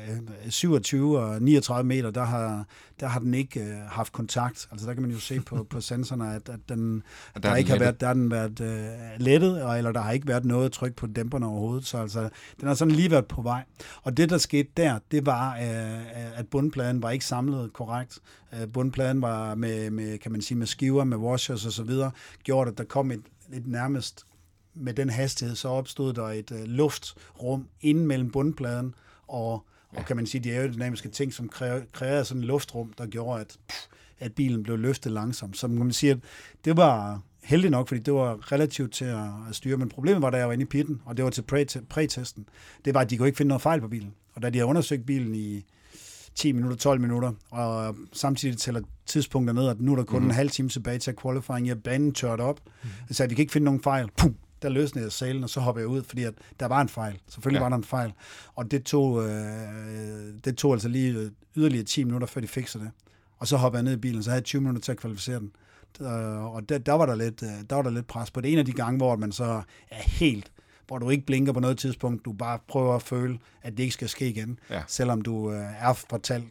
[SPEAKER 2] 27 og 39 meter, der har den ikke haft kontakt. Altså der kan man jo se på sensorerne, at den har været lettet, eller der har ikke været noget tryk på dæmperne overhovedet. Så altså, den har sådan lige været på vej. Og det, der skete der, det var, at bundpladen var ikke samlet korrekt. Bundpladen var med, kan man sige, med skiver, med washers og så videre, gjorde, at der kom et nærmest med den hastighed, så opstod der et luftrum inden mellem bundpladen og kan man sige, de aerodynamiske ting, som kreerede sådan et luftrum, der gjorde, at bilen blev løftet langsomt. Så kan man sige, at det var heldigt nok, fordi det var relativt til at styre, men problemet var, da jeg var inde i pitten, og det var til prætesten, det var, at de kunne ikke finde noget fejl på bilen. Og da de havde undersøgt bilen i 10 minutter, 12 minutter, og samtidig tæller tidspunkter ned, at nu er der kun en halv time tilbage til qualifying, jeg banen tørt op, så vi kan ikke finde nogen fejl. Pum! Der løsnede jeg salen, og så hoppede jeg ud, fordi at der var en fejl. Selvfølgelig var der en fejl. Og det tog altså lige yderligere 10 minutter, før de fikser det. Og så hoppede jeg ned i bilen, så havde jeg 20 minutter til at kvalificere den. Og der var der lidt pres på. Det er en af de gange, hvor man så er helt, hvor du ikke blinker på noget tidspunkt, du bare prøver at føle, at det ikke skal ske igen, selvom du er fortalt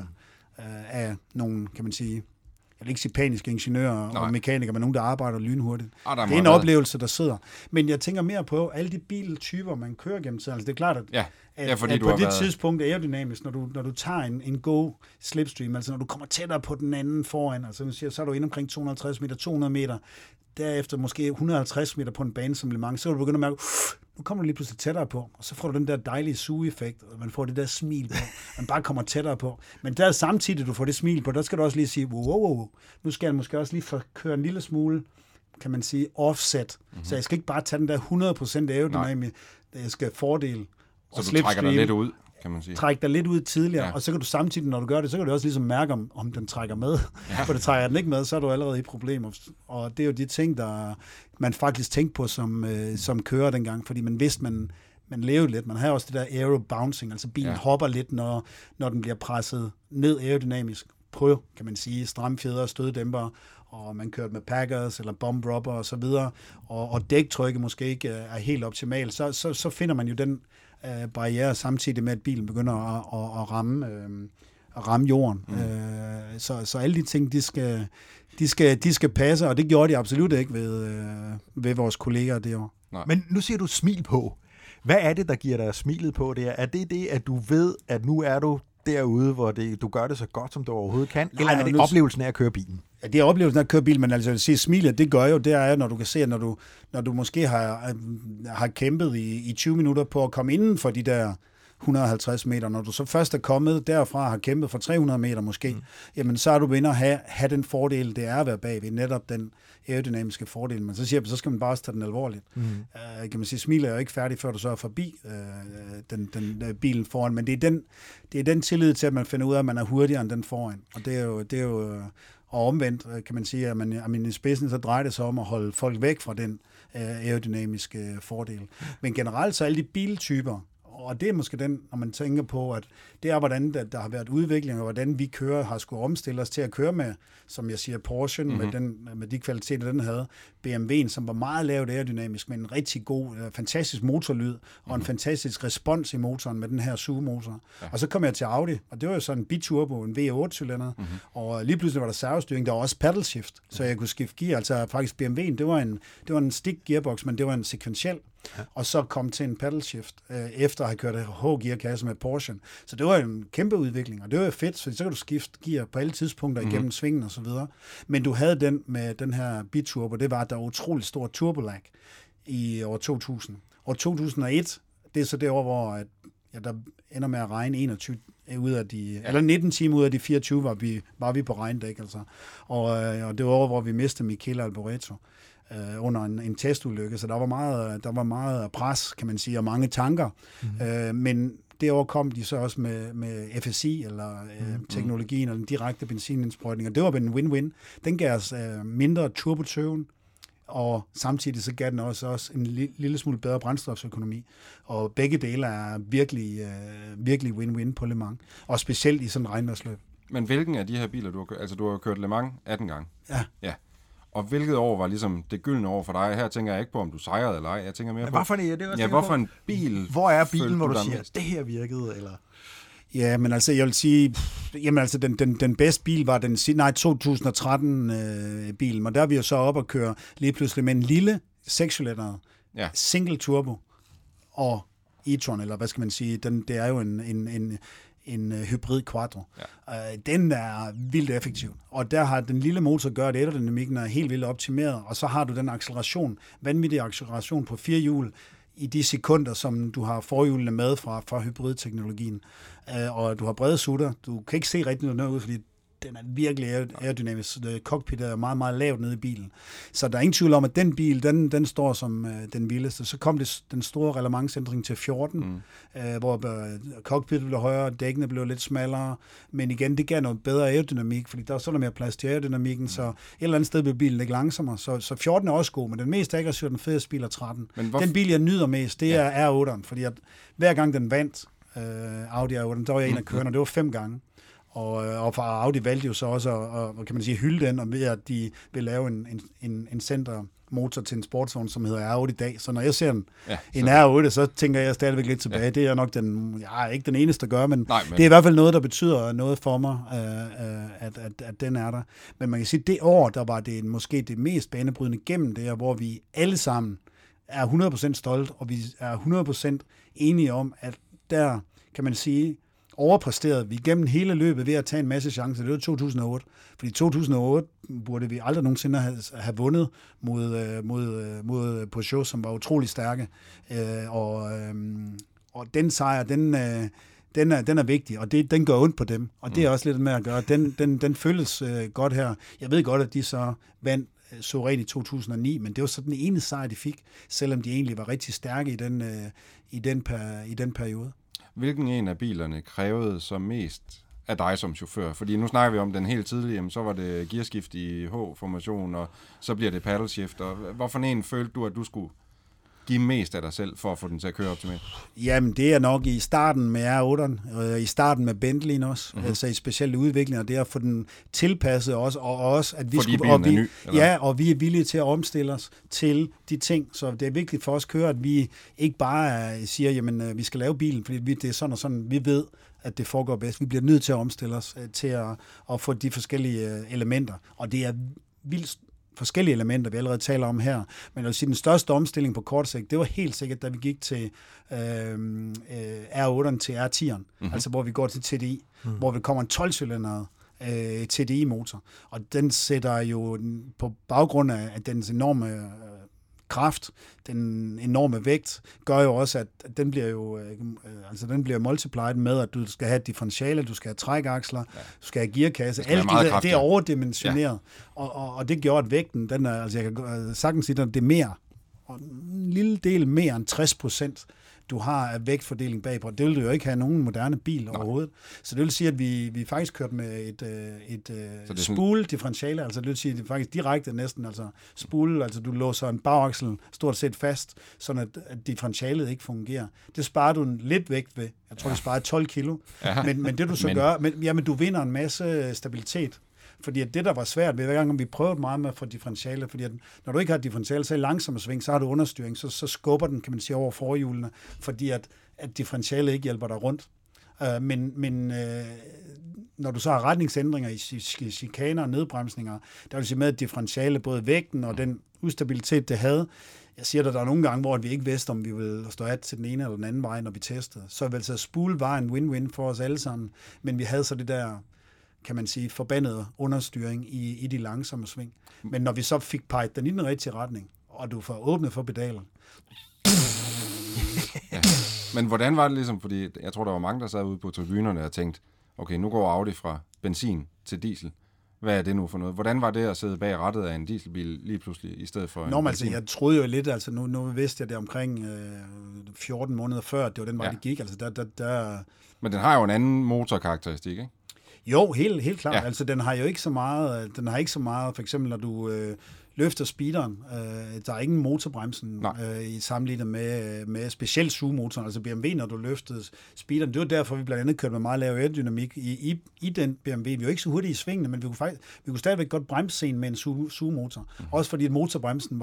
[SPEAKER 2] af nogle, kan man sige, jeg vil ikke sige paniske ingeniører og mekanikere, men nogen, der arbejder lynhurtigt. Det er en oplevelse, der sidder. Men jeg tænker mere på alle de biltyper, man kører gennem tiden. Altså, det er klart, at på det tidspunkt er aerodynamisk, når du tager en go slipstream, altså når du kommer tættere på den anden foran, altså så er du inde omkring 250 meter, 200 meter, derefter måske 150 meter på en bane som Le Mans, så vil du begynde at mærke, nu kommer du lige pludselig tættere på, og så får du den der dejlige suge-effekt, og man får det der smil på, man bare kommer tættere på. Men der samtidig, du får det smil på, der skal du også lige sige, wow, nu skal jeg måske også lige køre en lille smule, kan man sige, offset. Så jeg skal ikke bare tage den der 100% aerodynamik, jeg skal fordele.
[SPEAKER 3] Så du trækker dig lidt ud, kan man sige.
[SPEAKER 2] Træk dig lidt ud tidligere, og så kan du samtidig, når du gør det, så kan du også ligesom mærke, om den trækker med. For det trækker den ikke med, så er du allerede i problemer. Og det er jo de ting, der man faktisk tænkte på som kører dengang, fordi man vidste, man levede lidt. Man havde også det der aero-bouncing, altså bilen hopper lidt, når den bliver presset ned aerodynamisk. Prøv, kan man sige, stramfjeder, støddæmpere, og man kørte med packers eller bomb rubber og så videre, og dæktrykket måske ikke er helt optimalt, så finder man jo den barriere samtidig med, at bilen begynder at ramme jorden. Så alle de ting, de skal passe, og det gjorde de absolut ikke ved vores kolleger derovre.
[SPEAKER 1] Nej. Men nu siger du smil på. Hvad er det, der giver dig smilet på det? Er det, at du ved, at nu er du derude, hvor du gør det så godt, som du overhovedet kan? Eller er det oplevelsen af at køre bilen?
[SPEAKER 2] Ja, det er oplevelsen af at køre bil, men altså at sige smilet, det gør jo, det er, når du kan se, at når du måske har kæmpet i 20 minutter på at komme inden for de der 150 meter, når du så først er kommet derfra og har kæmpet for 300 meter måske, jamen så er du ved at have den fordel, det er at være bagved, netop den aerodynamiske fordel. Men så siger jeg, så skal man bare også tage den alvorligt. Kan man sige, smilet er jo ikke færdig, før du så er forbi den bilen foran, men det er den tillid til, at man finder ud af, at man er hurtigere end den foran. Og det er jo Og omvendt kan man sige, at man i spidsen så drejer det sig om at holde folk væk fra den aerodynamiske fordel. Men generelt så alle de biltyper, og det er måske den, når man tænker på, at det er, hvordan der har været udvikling, og hvordan vi kører har skulle omstille os til at køre med, som jeg siger, Porsche, med de kvaliteter, den havde, BMW'en, som var meget lavt aerodynamisk, men en rigtig god, fantastisk motorlyd, og en fantastisk respons i motoren med den her SUV-motor. Ja. Og så kom jeg til Audi, og det var jo sådan en biturbo, en V8-cylinder, og lige pludselig var der servostyring, der var også paddle shift, så jeg kunne skifte gear, altså faktisk BMW'en, det var en stick gearbox, men det var en sekventiel. Ja. Og så kom til en paddle shift, efter at have kørt H-gearkasse med Porsche. Så det var en kæmpe udvikling, og det var fedt, for så kan du skifte gear på alle tidspunkter igennem svingen og så videre. Men du havde den med den her biturbo, det var, at der var utrolig stor turbolag i år 2000. År 2001, det er så det år, hvor der ender med at regne 21 ud af eller 19 timer ud af de 24 var vi på regndæk, altså. Og det var år, hvor vi mistede Michele Alboreto under en testulykke, så der var meget pres, kan man sige, og mange tanker. Men det år kom de så også med FSI, eller teknologien, eller den direkte benzinindsprøjtning, og det var en win-win. Den gav os mindre turbotøven, og samtidig så gav den også en lille smule bedre brændstofsøkonomi. Og begge dele er virkelig win-win på Le Mans, og specielt i sådan en regnvejrsløb.
[SPEAKER 3] Men hvilken af de her biler, du har kørt Le Mans 18 gange?
[SPEAKER 2] Ja.
[SPEAKER 3] Og hvilket år var ligesom det gyldne år for dig? Her tænker jeg ikke på, om du sejrede eller ej. Jeg tænker mere på... Hvorfor en bil?
[SPEAKER 1] Hvor er bilen, hvor du siger, det her virkede, eller...
[SPEAKER 2] Ja, men altså, jeg vil sige, den bedste bil var den 2013-bilen, og der er vi jo så op og køre lige pludselig med en lille 6-cylinder single turbo og e-tron, eller hvad skal man sige, det er jo en hybrid quattro. Ja. Den er vildt effektiv, og der har den lille motor gør, at aerodynamikken er helt vildt optimeret, og så har du den vanvittig acceleration på 4 hjul, i de sekunder, som du har forhjulene med fra hybridteknologien. Og du har brede sutter. Du kan ikke se rigtig noget ud, fordi den er virkelig aerodynamisk. Cockpittet er meget, meget lavt nede i bilen. Så der er ingen tvivl om, at den bil, den står som den vildeste. Så kom den store reglementsændring til 14, hvor cockpittet blev højere, dækkene blev lidt smallere. Men igen, det gav noget bedre aerodynamik, fordi der er sådan mere plads til aerodynamikken, så et eller andet sted blev bilen ikke langsommere. Så 14 er også god, men den mest aggressive, den fedeste bil er 13. Den bil, jeg nyder mest, det er R8'eren, fordi at hver gang den vandt Audi R8'eren, der var jeg en af kørende, og det var 5 gange. Og Audi valgte jo så også at kan man sige, hylde den, og ved at de vil lave en centermotor til en sportsvogn, som hedder R8 i dag. Så når jeg ser en R8, så tænker jeg stadigvæk lidt tilbage. Ja. Det er nok ikke den eneste, der gør, men det er i hvert fald noget, der betyder noget for mig, at den er der. Men man kan sige, at det år, der var det måske det mest banebrydende gennem det, hvor vi alle sammen er 100% stolt, og vi er 100% enige om, at der kan man sige, overpræsterede vi gennem hele løbet ved at tage en masse chancer. Det var 2008. Fordi 2008 burde vi aldrig nogensinde have vundet mod Peugeot, som var utrolig stærke. Og den sejr, den er vigtig, og den gør ondt på dem. Og det er også lidt med at gøre. Den føles godt her. Jeg ved godt, at de så vandt suverænt i 2009, men det var så den ene sejr, de fik, selvom de egentlig var rigtig stærke i den periode.
[SPEAKER 3] Hvilken en af bilerne krævede så mest af dig som chauffør? Fordi nu snakker vi om den helt tidlige, så var det gearskift i H-formation, og så bliver det paddle shift. Og hvorfor en følte du, at du skulle give mest af dig selv for at få den til at køre optimalt?
[SPEAKER 2] Jamen, det er nok i starten med R8'eren, i starten med Bentley'en også, altså i specielle udviklinger, det er at få den tilpasset også, og også at vi og vi er villige til at omstille os til de ting, så det er vigtigt for os kører, at vi ikke bare siger, jamen, vi skal lave bilen, fordi det er sådan og sådan, vi ved, at det foregår bedst. Vi bliver nødt til at omstille os til at få de forskellige elementer, og det er vildt forskellige elementer, vi allerede taler om her. Men jeg vil sige, den største omstilling på kort sigt, det var helt sikkert, da vi gik til R8'eren til R10'eren, altså hvor vi går til TDI, hvor vi kommer en 12-cylinder TDI-motor. Og den sætter jo på baggrund af dens enorme kraft, den enorme vægt, gør jo også, at den bliver jo den bliver multiplied med, at du skal have differentiale, du skal have trækaksler, du skal have gearkasse, alt det er overdimensioneret. Ja. Og det gjorde, at vægten, jeg kan sagtens sige, at det er mere, og en lille del mere end du har af vægtfordeling bagpå. Det vil du jo ikke have nogen moderne bil overhovedet. Så det vil sige, at vi faktisk kørte med et spule-differentiale, altså det vil sige, at det er faktisk direkte næsten, altså spule, altså du låser en bagaksel stort set fast, sådan at differentialet ikke fungerer. Det sparer du lidt vægt ved. Jeg tror, det sparer 12 kilo. Ja. Men det du så gør, men du vinder en masse stabilitet. Fordi at det, der var svært ved, hver gang vi prøvede meget med at få differentiale, fordi at når du ikke har differentiale, så i langsomme sving, så har du understyring, så skubber den, kan man sige, over forhjulene, fordi at differentiale ikke hjælper dig rundt. Men når du så har retningsændringer i chikaner og nedbremsninger, der vil sige med, at differentiale, både vægten og den ustabilitet, det havde, jeg siger, at der er nogle gange, hvor vi ikke vidste, om vi ville stå af til den ene eller den anden vej, når vi testede. Så vel så spule var en win-win for os alle sammen, men vi havde så det der, kan man sige, forbandede understyring i de langsomme sving. Men når vi så fik peget den i den rigtige retning, og du får åbnet for pedalen.
[SPEAKER 3] Ja. Men hvordan var det ligesom, fordi jeg tror, der var mange, der sad ude på tribunerne og tænkte, okay, nu går Audi fra benzin til diesel. Hvad er det nu for noget? Hvordan var det at sidde bag rattet af en dieselbil lige pludselig, i stedet for en
[SPEAKER 2] altså, jeg troede jo lidt, altså nu vidste jeg det omkring 14 måneder før, det var den vej, det gik. Altså, der...
[SPEAKER 3] Men den har jo en anden motorkarakteristik, ikke?
[SPEAKER 2] Jo, helt klart. Ja. Altså, den har jo ikke så meget, for eksempel, når du løfter speederen. Der er ingen motorbremsen i sammenlignet med specielt sugemotoren, altså BMW, når du løftede speederen. Det var derfor, vi blandt andet kørte med meget lav aerodynamik i den BMW. Vi var ikke så hurtige i svingene, men vi kunne stadigvæk godt bremse scenen med en sugemotor. Også fordi motorbremsen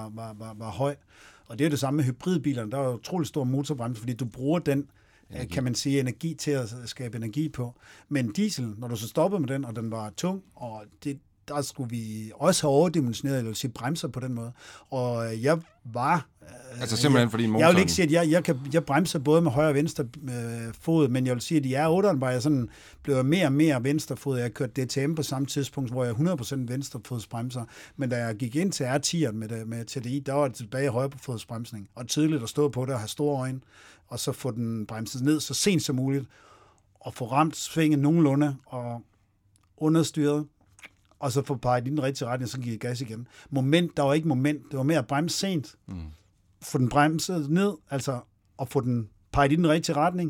[SPEAKER 2] var høj. Og det er det samme med hybridbilerne. Der er jo utrolig stor motorbremse, fordi du bruger den kan man sige, energi til at skabe energi på. Men diesel, når du så stoppede med den, og den var tung, og der skulle vi også have overdimensioneret, eller sige bremser på den måde. Og jeg var...
[SPEAKER 3] Altså simpelthen fordi motoren...
[SPEAKER 2] Jeg vil ikke sige, at jeg bremser både med højre og venstre fod, men jeg vil sige, at i R8'eren var jeg sådan, blev mere og mere venstrefod. Jeg kørte DTM på samme tidspunkt, hvor jeg 100% venstrefodsbremser. Men da jeg gik ind til R10'eren med TDI, der var det tilbage højrefodsbremsning. Og tydeligt at stå på det og have store øjne, og så få den bremset ned så sent som muligt, og få ramt svingen nogenlunde, og understyret, og så få peget i den rigtige retning, så gik jeg gas igen. Der var ikke moment, det var mere at bremse sent, få den bremset ned, altså, og få den peget i den rigtige retning,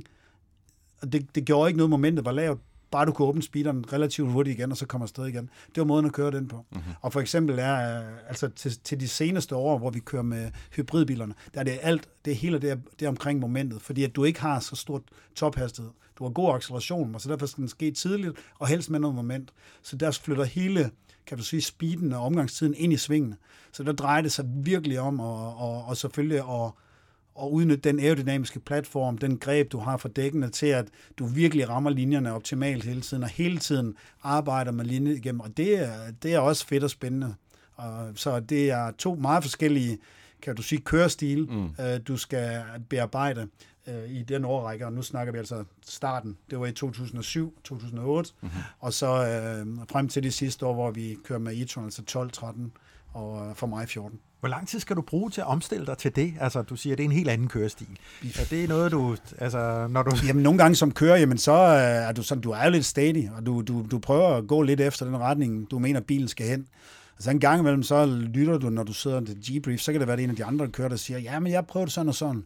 [SPEAKER 2] og det gjorde ikke noget, momentet var lavt, bare du kunne åbne speederen relativt hurtigt igen, og så kommer afsted igen. Det var måden at køre den på. Mm-hmm. Og for eksempel altså til de seneste år, hvor vi kører med hybridbilerne, der er det hele det omkring momentet, fordi at du ikke har så stort tophastighed. Du har god acceleration, og så derfor skal den ske tidligt, og helst med noget moment. Så der flytter hele, kan du sige, speeden og omgangstiden ind i svingene. Så der drejer det sig virkelig om, og selvfølgelig at udnytte den aerodynamiske platform, den greb, du har for dækkene til, at du virkelig rammer linjerne optimalt hele tiden, og hele tiden arbejder med linjer igennem. Og det er også fedt og spændende. Så det er to meget forskellige, kan du sige, kørestil, du skal bearbejde i den årrække, og nu snakker vi altså starten. Det var i 2007, 2008, og så frem til de sidste år, hvor vi kører med e-tron, altså 12, 13 og for mig 14.
[SPEAKER 1] Hvor lang tid skal du bruge til at omstille dig til det? Altså, du siger, at det er en helt anden kørestil. Er det noget, du... Altså, når du...
[SPEAKER 2] Jamen, nogle gange som kører, jamen, så er du sådan, du er jo lidt steady, og du prøver at gå lidt efter den retning, du mener, bilen skal hen. Altså, en gang imellem, så lytter du, når du sidder til debrief, så kan det være, det en af de andre, der kører, der siger, ja, men jeg prøver sådan og sådan.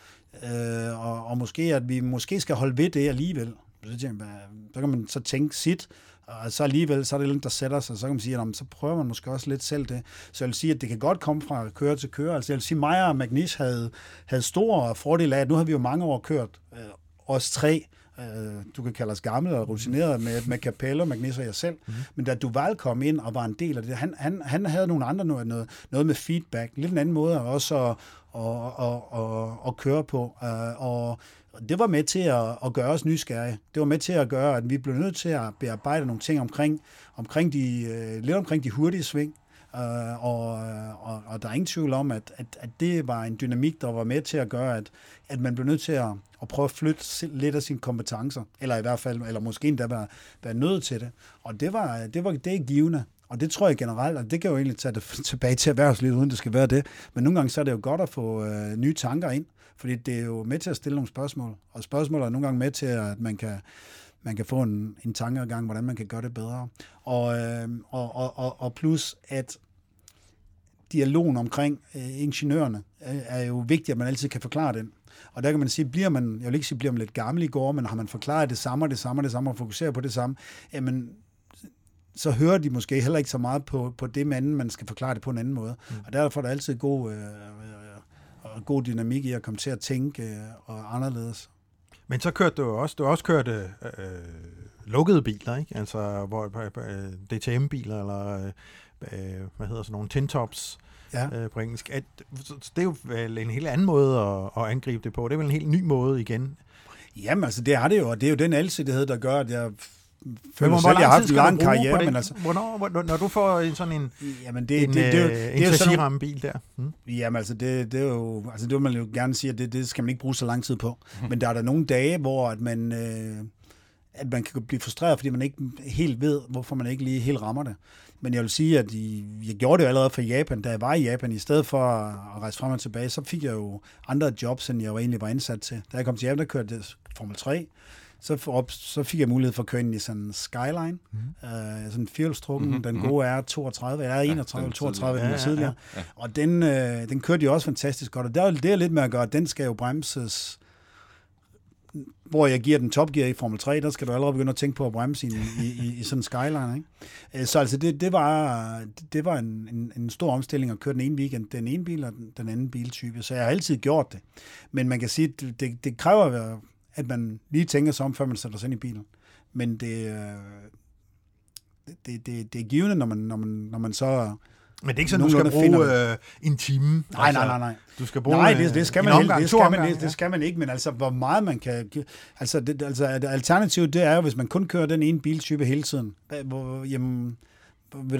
[SPEAKER 2] Og måske, at vi måske skal holde ved det alligevel. Så kan man så tænke sit, og så alligevel, så er det lidt, der sætter sig, så kan man sige, at så prøver man måske også lidt selv det. Så jeg vil sige, at det kan godt komme fra køre til køre. Altså jeg vil sige, at Meyer og Magnis havde store fordele af, at nu har vi jo mange år kørt, os tre, du kan kalde os gamle og rutineret med Capello, Magnis og jeg selv, men da Duval kom ind og var en del af det, han havde nogle andre noget med feedback, lidt en anden måde også at køre på, og det var med til at gøre os nysgerrige. Det var med til at gøre, at vi blev nødt til at bearbejde nogle ting omkring de hurtige sving. Og der er ingen tvivl om, at det var en dynamik, der var med til at gøre, at man blev nødt til at prøve at flytte lidt af sine kompetencer, eller i hvert fald, eller måske endda være nødt til det. Og det er givende. Og det tror jeg generelt, og det kan jo egentlig tage det tilbage til erhvervslivet, uden det skal være det. Men nogle gange så er det jo godt at få nye tanker ind, fordi det er jo med til at stille nogle spørgsmål. Og spørgsmål er nogle gange med til, at man kan få en tankegang, hvordan man kan gøre det bedre. Og plus, at dialogen omkring ingeniørerne er jo vigtigt, at man altid kan forklare den. Og der kan man sige, jeg vil ikke sige, bliver man lidt gammel i går, men har man forklaret det samme og fokuserer på det samme, jamen, så hører de måske heller ikke så meget på det med anden, man skal forklare det på en anden måde. Og derfor er der altid god dynamik i at komme til at tænke og anderledes.
[SPEAKER 1] Men så kørte du også kørt lukkede biler, ikke? Altså DTM-biler, eller hvad hedder sådan nogle tintops på engelsk. Det er jo vel en helt anden måde at angribe det på. Det er vel en helt ny måde igen.
[SPEAKER 2] Jamen, altså det er det jo, og det er jo den alsidighed, der gør, at jeg føler selv, jeg har haft en lang karriere. Men altså,
[SPEAKER 1] hvornår, når du får sådan en
[SPEAKER 2] chassisramme
[SPEAKER 1] bil der?
[SPEAKER 2] Jamen altså, det er jo, altså det vil man jo gerne sige, at det skal man ikke bruge så lang tid på. Men der er der nogle dage, hvor at man kan blive frustreret, fordi man ikke helt ved, hvorfor man ikke lige helt rammer det. Men jeg vil sige, at jeg gjorde det jo allerede fra Japan. Da jeg var i Japan, i stedet for at rejse frem og tilbage, så fik jeg jo andre jobs, end jeg jo egentlig var indsat til. Da jeg kom til Japan, der kørte jeg Formel 3. Så fik jeg mulighed for at køre ind i sådan en Skyline, sådan en firehjulstrukken, den gode R32, eller R31 eller 32, den var tidligere. Ja. Og den kørte jo også fantastisk godt, og der er det lidt med at gøre, at den skal jo bremses, hvor jeg giver den topgear i Formel 3, der skal du allerede begynde at tænke på at bremse i sådan en Skyline, ikke? Så altså det var en stor omstilling at køre den ene weekend, den ene bil og den anden biltype, så jeg har altid gjort det. Men man kan sige, at det kræver, at man lige tænker sig om, før man sætter sig ind i bilen. Men det er givende, når man så...
[SPEAKER 1] Men det er ikke sådan, du skal bruge en time?
[SPEAKER 2] Nej.
[SPEAKER 1] Du skal bruge
[SPEAKER 2] det skal man ikke, men altså, hvor meget man kan... Altså alternativet, det er jo, hvis man kun kører den ene biltype hele tiden. Jamen, vil der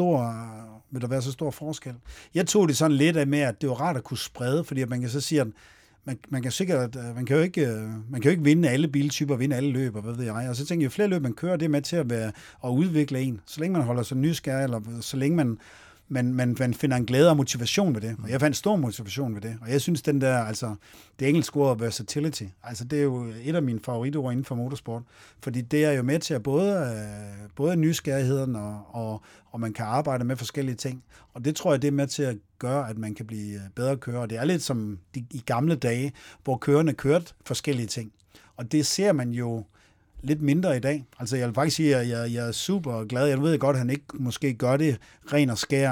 [SPEAKER 2] være så stor forskel? Jeg tog det sådan lidt af med, at det var rart at kunne sprede, fordi man kan så sige, at man kan jo ikke vinde alle biltyper, vinde alle løb, og hvad ved jeg. Og så tænker jeg, jo flere løb man kører, det er med til at udvikle en. Så længe man holder sig nysgerrig, eller så længe man finder en glæde og motivation ved det. Og jeg fandt stor motivation ved det. Og jeg synes, den der, altså, det engelske ord versatility, altså det er jo et af mine favoritord inden for motorsport. Fordi det er jo med til at både nysgerrigheden, og man kan arbejde med forskellige ting. Og det tror jeg, det er med til at gøre, at man kan blive bedre kører. Og det er lidt som i gamle dage, hvor kørerne kørte forskellige ting. Og det ser man jo lidt mindre i dag. Altså jeg vil faktisk sige, at jeg er super glad. Jeg ved godt, at han ikke måske gør det ren og skær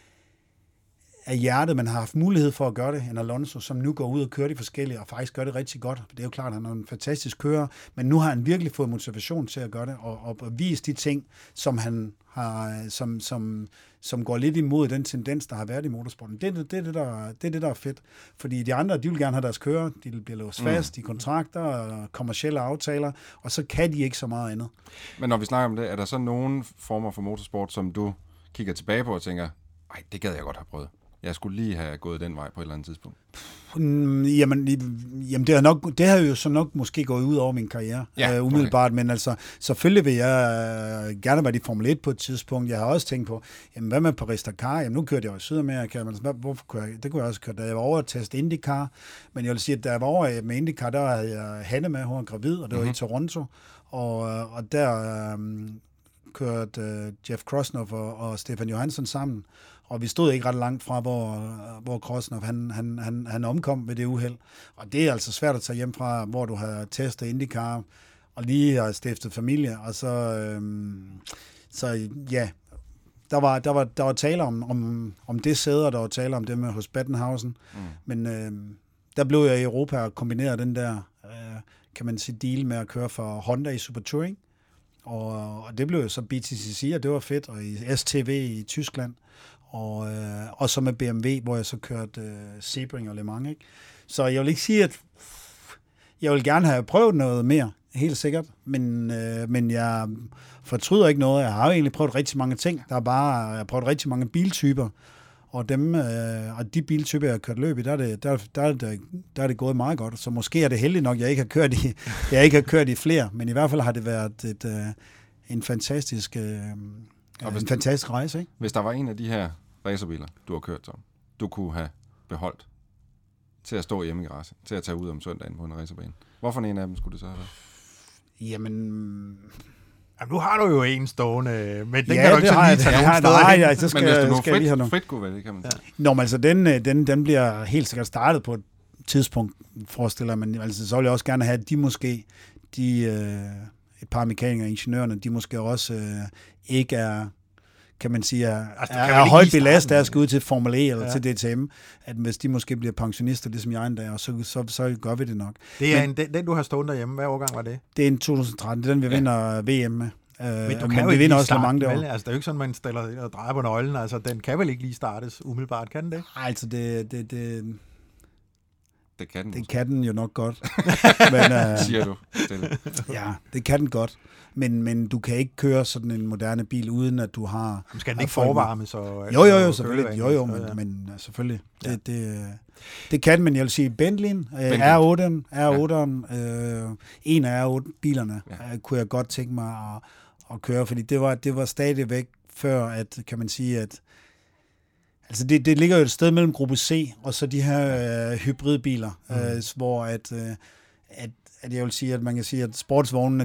[SPEAKER 2] af hjertet, men har haft mulighed for at gøre det, end Alonso, som nu går ud og kører de forskellige, og faktisk gør det rigtig godt. Det er jo klart, at han er en fantastisk kører, men nu har han virkelig fået motivation til at gøre det, og vise de ting, som han har, som går lidt imod den tendens, der har været i motorsporten. Det er det, der er fedt. Fordi de andre, de vil gerne have deres kører, de bliver låst fast i kontrakter og kommercielle aftaler, og så kan de ikke så meget andet.
[SPEAKER 3] Men når vi snakker om det, er der så nogle former for motorsport, som du kigger tilbage på og tænker, ej, det gad jeg godt have prøvet. Jeg skulle lige have gået den vej på et eller andet tidspunkt.
[SPEAKER 2] Jamen det har jo så nok måske gået ud over min karriere, umiddelbart, men altså, selvfølgelig vil jeg gerne være i Formel 1 på et tidspunkt. Jeg har også tænkt på, jamen hvad med Paris-Dakar? Jamen nu kørte jeg jo i Sydamerika, men hvorfor kunne jeg? Det kunne jeg også køre, da jeg var over at teste IndyCar, men jeg vil sige, at da jeg var over med IndyCar, der havde jeg Hanne med, hun var gravid, og det var i Toronto, og der kørte Jeff Krosnoff og Stefan Johansson sammen, og vi stod ikke ret langt fra, hvor Krosnoff han omkom ved det uheld. Og det er altså svært at tage hjem fra, hvor du har testet IndyCar, og lige har stiftet familie, og så ja, der var tale om det sæde, og der var tale om det med hos Bettenhausen. Men der blev jeg i Europa og kombinerede den der, kan man sige, deal med at køre for Honda i Super Touring. Og det blev jo så BTCC, og det var fedt, og i STV i Tyskland, og så med BMW, hvor jeg så kørte Sebring og Le Mans, ikke? Så jeg vil ikke sige, at jeg vil gerne have prøvet noget mere, helt sikkert, men jeg fortryder ikke noget. Jeg har jo egentlig prøvet rigtig mange ting. Jeg har prøvet rigtig mange biltyper, og de biltyper, jeg har kørt løb i, der er det gået meget godt. Så måske er det heldigt nok, jeg ikke har kørt i flere, men i hvert fald har det været en fantastisk fantastisk rejse, ikke?
[SPEAKER 3] Hvis der var en af de her racerbiler, du har kørt som, du kunne have beholdt til at stå hjemme i garagen, til at tage ud om søndagen på en racerbane, hvorfor en af dem skulle det så have været?
[SPEAKER 2] Jamen,
[SPEAKER 1] nu har du jo en stående, men den
[SPEAKER 2] ja,
[SPEAKER 1] kan du ikke så lige tage nogen steder.
[SPEAKER 3] Nej, så skal, men hvis du nu frit kunne vælge, kan man sige.
[SPEAKER 2] Nå, men altså, den bliver helt sikkert startet på tidspunkt, forestiller man, altså så vil jeg også gerne have, at de måske, et par mekanikere og ingeniørerne, de måske også ikke er, kan man sige, er højt belastet, der skal ud til Formel E eller til DTM, at hvis de måske bliver pensionister, ligesom jeg en dag, og så gør vi det nok.
[SPEAKER 1] Det er den, du har stående derhjemme. Hvad årgang var det?
[SPEAKER 2] Det er en 2013, det er den, vi vinder VM med.
[SPEAKER 1] Men du kan jo ikke lige starte, vel? Altså, det er jo ikke sådan, man stiller ind og drejer på nøglen. Altså, den kan vel ikke lige startes umiddelbart, kan den det?
[SPEAKER 2] Nej, altså
[SPEAKER 3] Det
[SPEAKER 2] kan den jo nok godt. Men,
[SPEAKER 3] siger du.
[SPEAKER 2] Ja, det kan den godt. Men du kan ikke køre sådan en moderne bil, uden at du har...
[SPEAKER 1] Men skal den ikke forvarmes?
[SPEAKER 2] Jo, selvfølgelig. Jo, men selvfølgelig. Ja. Det kan, men jeg vil sige, Bentley'en, R8'eren, en af R8-bilerne, kunne jeg godt tænke mig at køre, fordi det var stadigvæk før, at kan man sige, at altså det ligger jo et sted mellem gruppe C og så de her hybridbiler, hvor at jeg vil sige, at man kan sige, at sportsvognene,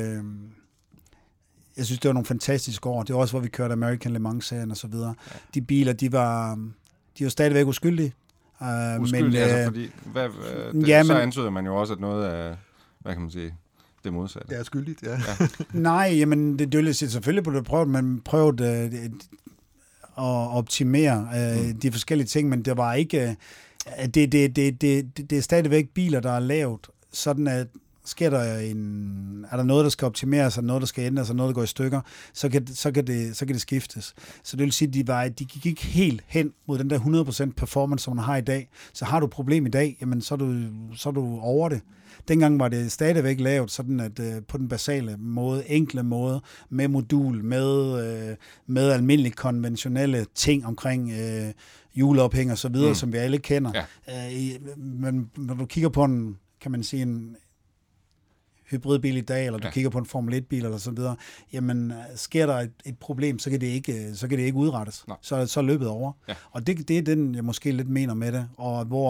[SPEAKER 2] jeg synes, det var nogle fantastiske år. Det var også, hvor vi kørte American Le Mans-serien og så videre. Ja. De biler, de var stadigvæk uskyldige.
[SPEAKER 3] Uskyldige, altså fordi, så antyder man jo også, at noget af, hvad kan man sige, det modsatte.
[SPEAKER 1] Det er skyldigt, ja.
[SPEAKER 2] Nej, jamen, det vil jeg sige, selvfølgelig på det man prøvede at optimere de forskellige ting, men det var ikke... Det er stadigvæk biler, der er lavet, sådan at er der noget, der skal optimeres, og noget, der skal ændres, og noget, der går i stykker, så kan det skiftes. Så det vil sige, at de gik ikke helt hen mod den der 100% performance, som man har i dag. Så har du et problem i dag, jamen så er du over det. Dengang var det stadigvæk lavet sådan, at på den basale måde, enkle måde, med modul, med almindelige konventionelle ting omkring hjulophæng og så videre, som vi alle kender. Ja. Men når du kigger på en hybridbil i dag, eller du kigger på en Formel 1-bil eller så videre, jamen sker der et problem, så kan det ikke udrettes. Så er løbet over. Ja. Og det er den, jeg måske lidt mener med det, og hvor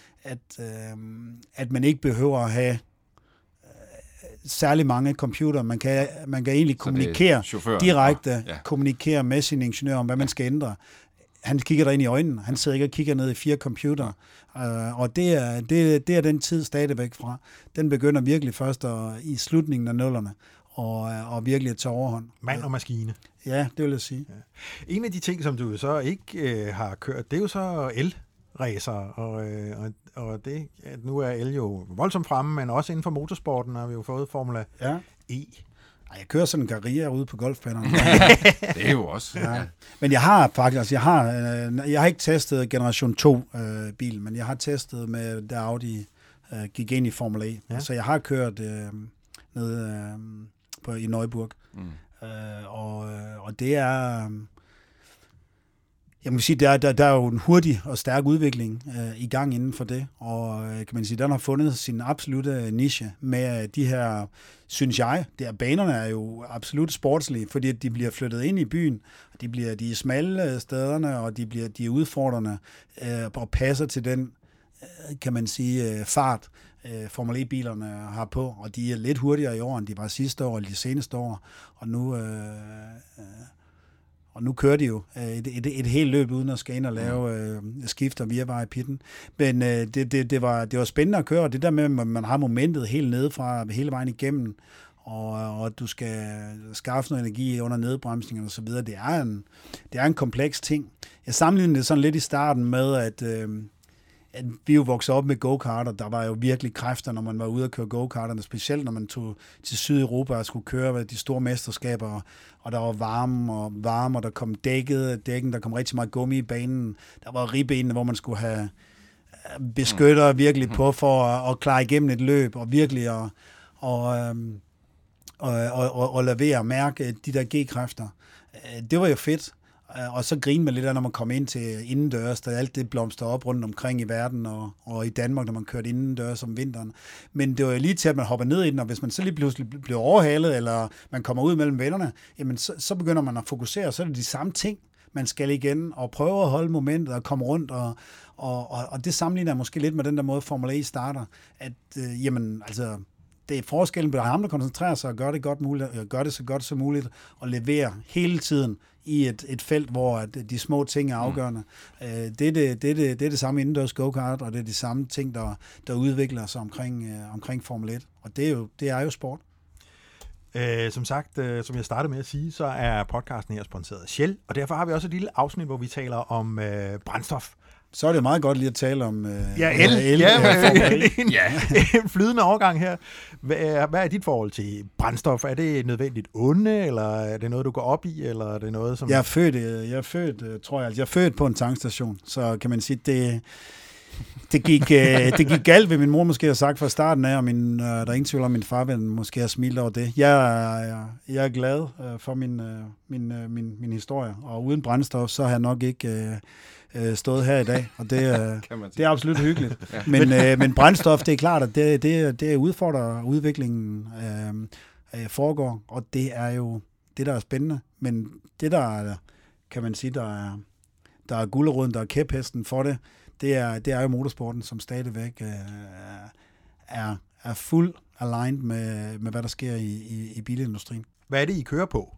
[SPEAKER 2] at man ikke behøver at have særlig mange computer. Man kan egentlig kommunikere direkte, kommunikere med sin ingeniør om, hvad man skal ændre. Han kigger der ind i øjnene. Han sidder ikke og kigger ned i 4 computer. Og det er den tid stadigvæk fra. Den begynder virkelig først i slutningen af nullerne og virkelig at tage overhånd.
[SPEAKER 1] Mand og maskine.
[SPEAKER 2] Ja, det vil jeg sige. Ja.
[SPEAKER 1] En af de ting, som du så ikke har kørt, det er jo så el-racer, og det, nu er el jo voldsomt fremme, men også inden for motorsporten har vi jo fået Formula E.
[SPEAKER 2] Jeg kører sådan en karriere ude på golfbanerne.
[SPEAKER 3] Det er jo også.
[SPEAKER 2] Ja. Men jeg har ikke testet Generation 2 bil, men jeg har testet med, da Audi gik ind i Formel E. Ja. Så jeg har kørt nede i Neuburg. Og det er... Jeg må sige, der er jo en hurtig og stærk udvikling i gang inden for det, og kan man sige, den har fundet sin absolutte niche med de her, synes jeg, banerne er jo absolut sportslige, fordi de bliver flyttet ind i byen, og de er smalle stederne, og de er udfordrende og passer til den, kan man sige, fart, Formel E-bilerne har på, og de er lidt hurtigere i år, end de var sidste år eller de seneste år, og nu kører de jo et helt løb uden at skal ind og lave skifter via vej i pitten. Men det var spændende at køre, og det der med, at man har momentet helt nedefra, hele vejen igennem, og du skal skaffe noget energi under nedbremsningen og så videre. Det er en kompleks ting. Jeg sammenligner det sådan lidt i starten med, at vi jo voksede op med go-karter. Der var jo virkelig kræfter, når man var ude at køre go-karterne, specielt når man tog til Sydeuropa og skulle køre de store mesterskaber, og der var varme, og der kom dækken, der kom rigtig meget gummi i banen. Der var ribbenene, hvor man skulle have beskytter virkelig på for at klare igennem et løb, og virkelig og lade være at mærke de der G-kræfter. Det var jo fedt. Og så griner man lidt af, når man kom ind til indendørs, der alt det blomster op rundt omkring i verden, og i Danmark, når man kørte indendørs om vinteren. Men det var jo lige til, at man hopper ned i den, og hvis man så lige pludselig bliver overhalet, eller man kommer ud mellem vennerne, jamen så begynder man at fokusere, så er det de samme ting, man skal igen, og prøve at holde momentet og komme rundt, og det sammenligner måske lidt med den der måde, Formel E starter, at jamen, altså, det er forskellen på ham, der koncentrerer sig og gør det godt muligt, gør det så godt som muligt, og leverer hele tiden i et felt, hvor de små ting er afgørende. Det er det samme indendørs go-kart, og det er de samme ting, der udvikler sig omkring Formel 1. Og det er jo sport.
[SPEAKER 1] Som sagt, som jeg startede med at sige, så er podcasten her sponsoreret af Shell, og derfor har vi også et lille afsnit, hvor vi taler om brændstof.
[SPEAKER 2] Så er det meget godt lige at tale om
[SPEAKER 1] el. En flydende overgang her. Hvad er dit forhold til brændstof? Er det nødvendigt onde, eller er det noget, du går op i, eller er det noget, som...
[SPEAKER 2] Jeg er født på en tankstation, så kan man sige, det gik galt, ved min mor måske har sagt fra starten af, og der er ingen tvivl om, min far vil måske have smilt over det. Jeg er glad for min historie, og uden brændstof, så har jeg nok ikke stået her i dag, og det er absolut hyggeligt. Men brændstof, det er klart, at det udfordrer udviklingen foregår, og det er jo det, der er spændende. Men det, der kan man sige, der er guleroden, der er kæphesten for det, det er jo motorsporten, som stadigvæk er fuld aligned med hvad der sker i bilindustrien.
[SPEAKER 1] Hvad er det, I kører på?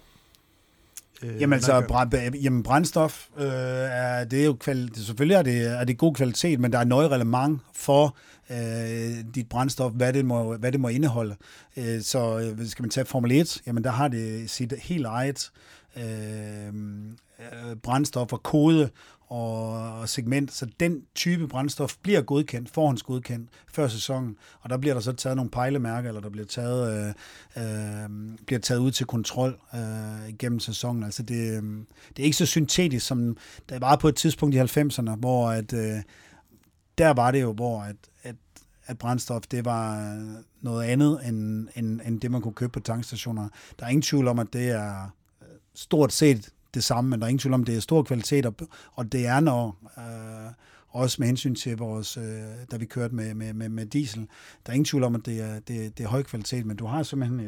[SPEAKER 2] Brændstof det er jo selvfølgelig er det god kvalitet, men der er noget relevant for dit brændstof, hvad det må indeholde. Så skal man tage Formel 1, jamen der har det sit helt eget brændstof og kode og segment, så den type brændstof bliver forhåndsgodkendt før sæsonen, og der bliver der så taget nogle pejlemærker, eller der bliver taget ud til kontrol gennem sæsonen. Altså det er ikke så syntetisk, som der var på et tidspunkt i 90'erne, hvor der var det jo, hvor at brændstof, det var noget andet, end det, man kunne købe på tankstationer. Der er ingen tvivl om, at det er stort set det samme, men der er ingen tvivl om, det er stor kvalitet, og det er også med hensyn til vores, da vi kørte med diesel, der er ingen tvivl om, at det er høj kvalitet, men du har simpelthen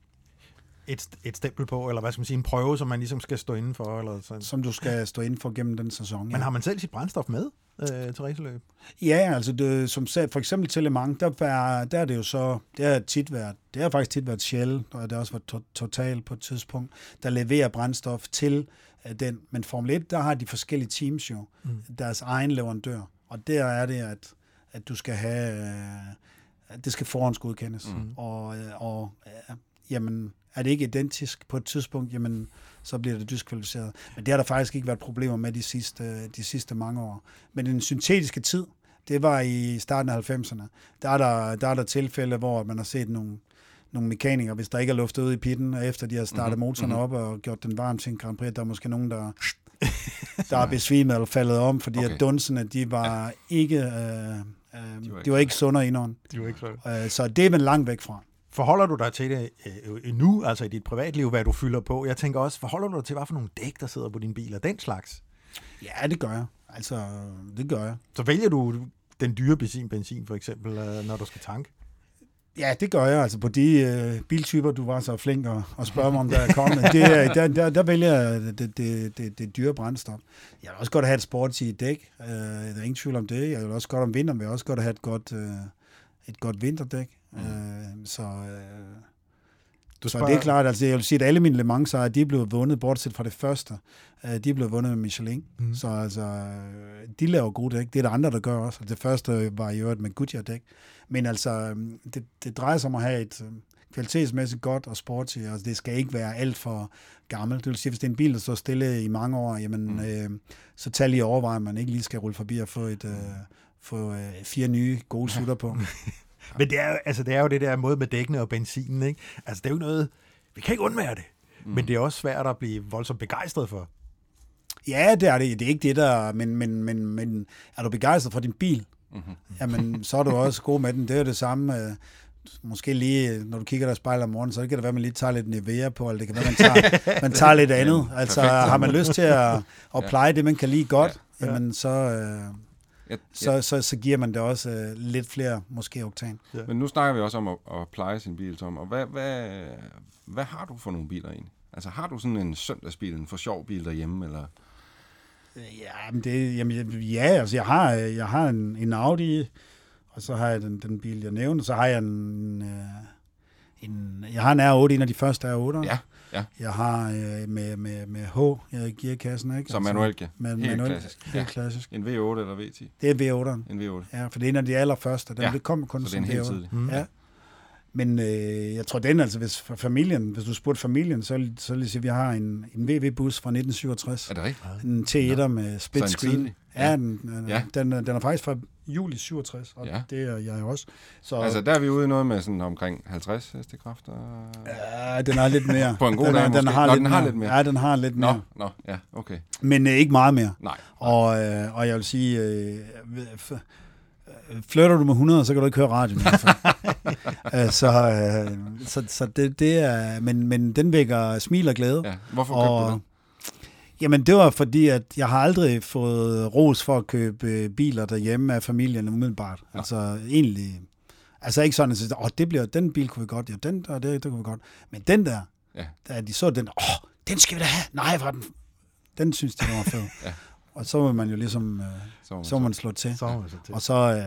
[SPEAKER 1] et stempel på, eller hvad skal man sige, en prøve, som man ligesom skal stå inden for, eller sådan.
[SPEAKER 2] Som du skal stå inden for gennem den sæson.
[SPEAKER 1] Men har man selv sit brændstof med til racerløb?
[SPEAKER 2] Ja, altså som for eksempel til Le Mans, der er det jo så, det har faktisk tit været Shell, og det har også været Total på et tidspunkt, der leverer brændstof til den. Men Formel 1, der har de forskellige teams jo, deres egen leverandør, og der er det, at du skal have, at det skal forhåndsgodkendes, og jamen, er det ikke identisk på et tidspunkt, jamen, så bliver det diskvalificeret. Men det har der faktisk ikke været problemer med de sidste mange år. Men den syntetiske tid, det var i starten af 90'erne. Der er der tilfælde, hvor man har set nogle mekanikere, hvis der ikke er luftet ud i pitten, efter de har startet motoren op og gjort den varm til en Grand Prix, der er måske nogen, der er besvimet eller faldet om, fordi at dunsene, de var ikke de var ikke sundere indånd. Så det er man langt væk fra.
[SPEAKER 1] Forholder du dig til det nu, altså i dit privatliv, hvad du fylder på? Jeg tænker også, forholder du dig til, hvad for nogle dæk, der sidder på din bil, og den slags?
[SPEAKER 2] Ja, det gør jeg. Altså, det gør jeg.
[SPEAKER 1] Så vælger du den dyre benzin for eksempel, når du skal tanke?
[SPEAKER 2] Ja, det gør jeg. Altså på de biltyper, du var så flink at spørge mig, om der er kommet, der vælger jeg det dyre brændstof. Jeg vil også godt have et sporty dæk. Der er ingen tvivl om det. Jeg vil også godt om vinteren, vil jeg også godt have et godt vinterdæk. Så det er klart, altså jeg vil sige, at alle mine Le Mans sejre, de er blevet vundet, bortset fra det første. De er blevet vundet med Michelin. Så altså, de laver gode dæk. Det er der andre, der gør også. Det første var i øvrigt med Goodyear-dæk. Men altså, det drejer sig om at have et kvalitetsmæssigt godt og sporty, og det skal ikke være alt for gammelt. Det vil sige, hvis det er en bil, der står stille i mange år, jamen, så tag lige overveje, at man ikke lige skal rulle forbi og få 4 nye gode sutter på.
[SPEAKER 1] Men det er jo det der måde med dækkene og benzinen, ikke? Altså, det er jo noget, vi kan ikke undvære det, men det er også svært at blive voldsomt begejstret for.
[SPEAKER 2] Ja, det er det. Det er ikke det der, men er du begejstret for din bil? Jamen, så er du også god med den. Det er jo det samme. Måske lige, når du kigger der i spejlet om morgenen, så kan det være, at man lige tager lidt Nivea på, eller det kan være, man tager lidt andet. Altså, har man lyst til at pleje det, man kan lide godt, jamen så giver man det også lidt flere, måske oktan.
[SPEAKER 3] Ja. Men nu snakker vi også om at pleje sin bil, Tom. Og hvad har du for nogle biler egentlig? Altså har du sådan en søndagsbil, en for sjov bil derhjemme, eller?
[SPEAKER 2] Altså jeg har en Audi Og så har jeg den bil, jeg nævnte, og så har jeg jeg har en R8, en af de første R8'ere.
[SPEAKER 3] Ja.
[SPEAKER 2] Jeg har med H i gearkassen, ikke?
[SPEAKER 3] Som manuelt, ja.
[SPEAKER 2] Manuelt,
[SPEAKER 3] klassisk.
[SPEAKER 2] helt klassisk.
[SPEAKER 3] En V8 eller V10?
[SPEAKER 2] Det er V8'eren.
[SPEAKER 3] En V8.
[SPEAKER 2] Ja, for det er en af de allerførste. Den kom kun
[SPEAKER 3] så det er
[SPEAKER 2] som
[SPEAKER 3] en helt
[SPEAKER 2] V8.
[SPEAKER 3] tidlig.
[SPEAKER 2] Ja. Men jeg tror, hvis du spurgte familien, så vil jeg sige, at vi har en VW-bus fra 1967.
[SPEAKER 3] Er det rigtigt?
[SPEAKER 2] En T1'er med split screen.
[SPEAKER 3] Ja.
[SPEAKER 2] Den er faktisk fra juli 67, og det er jeg også. Så,
[SPEAKER 3] altså, der er vi ude i noget med sådan omkring 50 hestekræfter?
[SPEAKER 2] Ja, den har lidt mere.
[SPEAKER 3] På en god dag måske?
[SPEAKER 2] Den har lidt mere. Ja, den har lidt mere.
[SPEAKER 3] Nå, ja, okay.
[SPEAKER 2] Men ikke meget mere.
[SPEAKER 3] Nej.
[SPEAKER 2] Og jeg vil sige, flytter du med 100, så kan du ikke høre radioen. Så det er... Men den vækker smil og glæde.
[SPEAKER 3] Ja. Hvorfor købte du den?
[SPEAKER 2] Jamen, det var fordi, at jeg har aldrig fået ros for at købe biler derhjemme af familien umiddelbart. Ja. Altså, egentlig... Altså, ikke sådan, at den bil kunne vi godt, ja, den der, det kunne vi godt. Men den der, da de så den, den skal vi da have. Nej, var den synes de var fed. Ja. Og så må man jo ligesom, så må man slå til. Og så,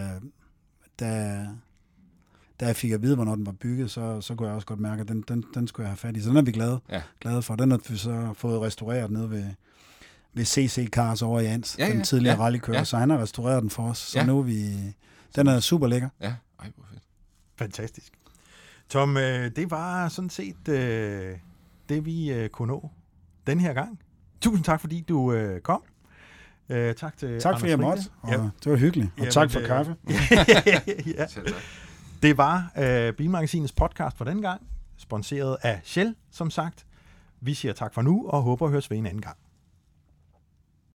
[SPEAKER 2] da jeg fik at vide, hvornår den var bygget, så kunne jeg også godt mærke, at den skulle jeg have fat i. Så den er vi glade for. Den har vi så fået restaureret nede ved CC Cars over i Ans, den tidligere rallykører. Så han har restaureret den for os. Så nu er vi... Den er super lækker.
[SPEAKER 3] Ja, ej, hvor fedt.
[SPEAKER 1] Fantastisk. Tom, det var sådan set det, vi kunne nå den her gang. Tusind tak, fordi du kom. Tak til
[SPEAKER 2] tak fordi jeg måtte. Det var hyggeligt. Og tak for kaffe.
[SPEAKER 1] Ja. Det var Bilmagasinets podcast for den gang, sponsoreret af Shell, som sagt. Vi siger tak for nu, og håber at høres ved en anden gang.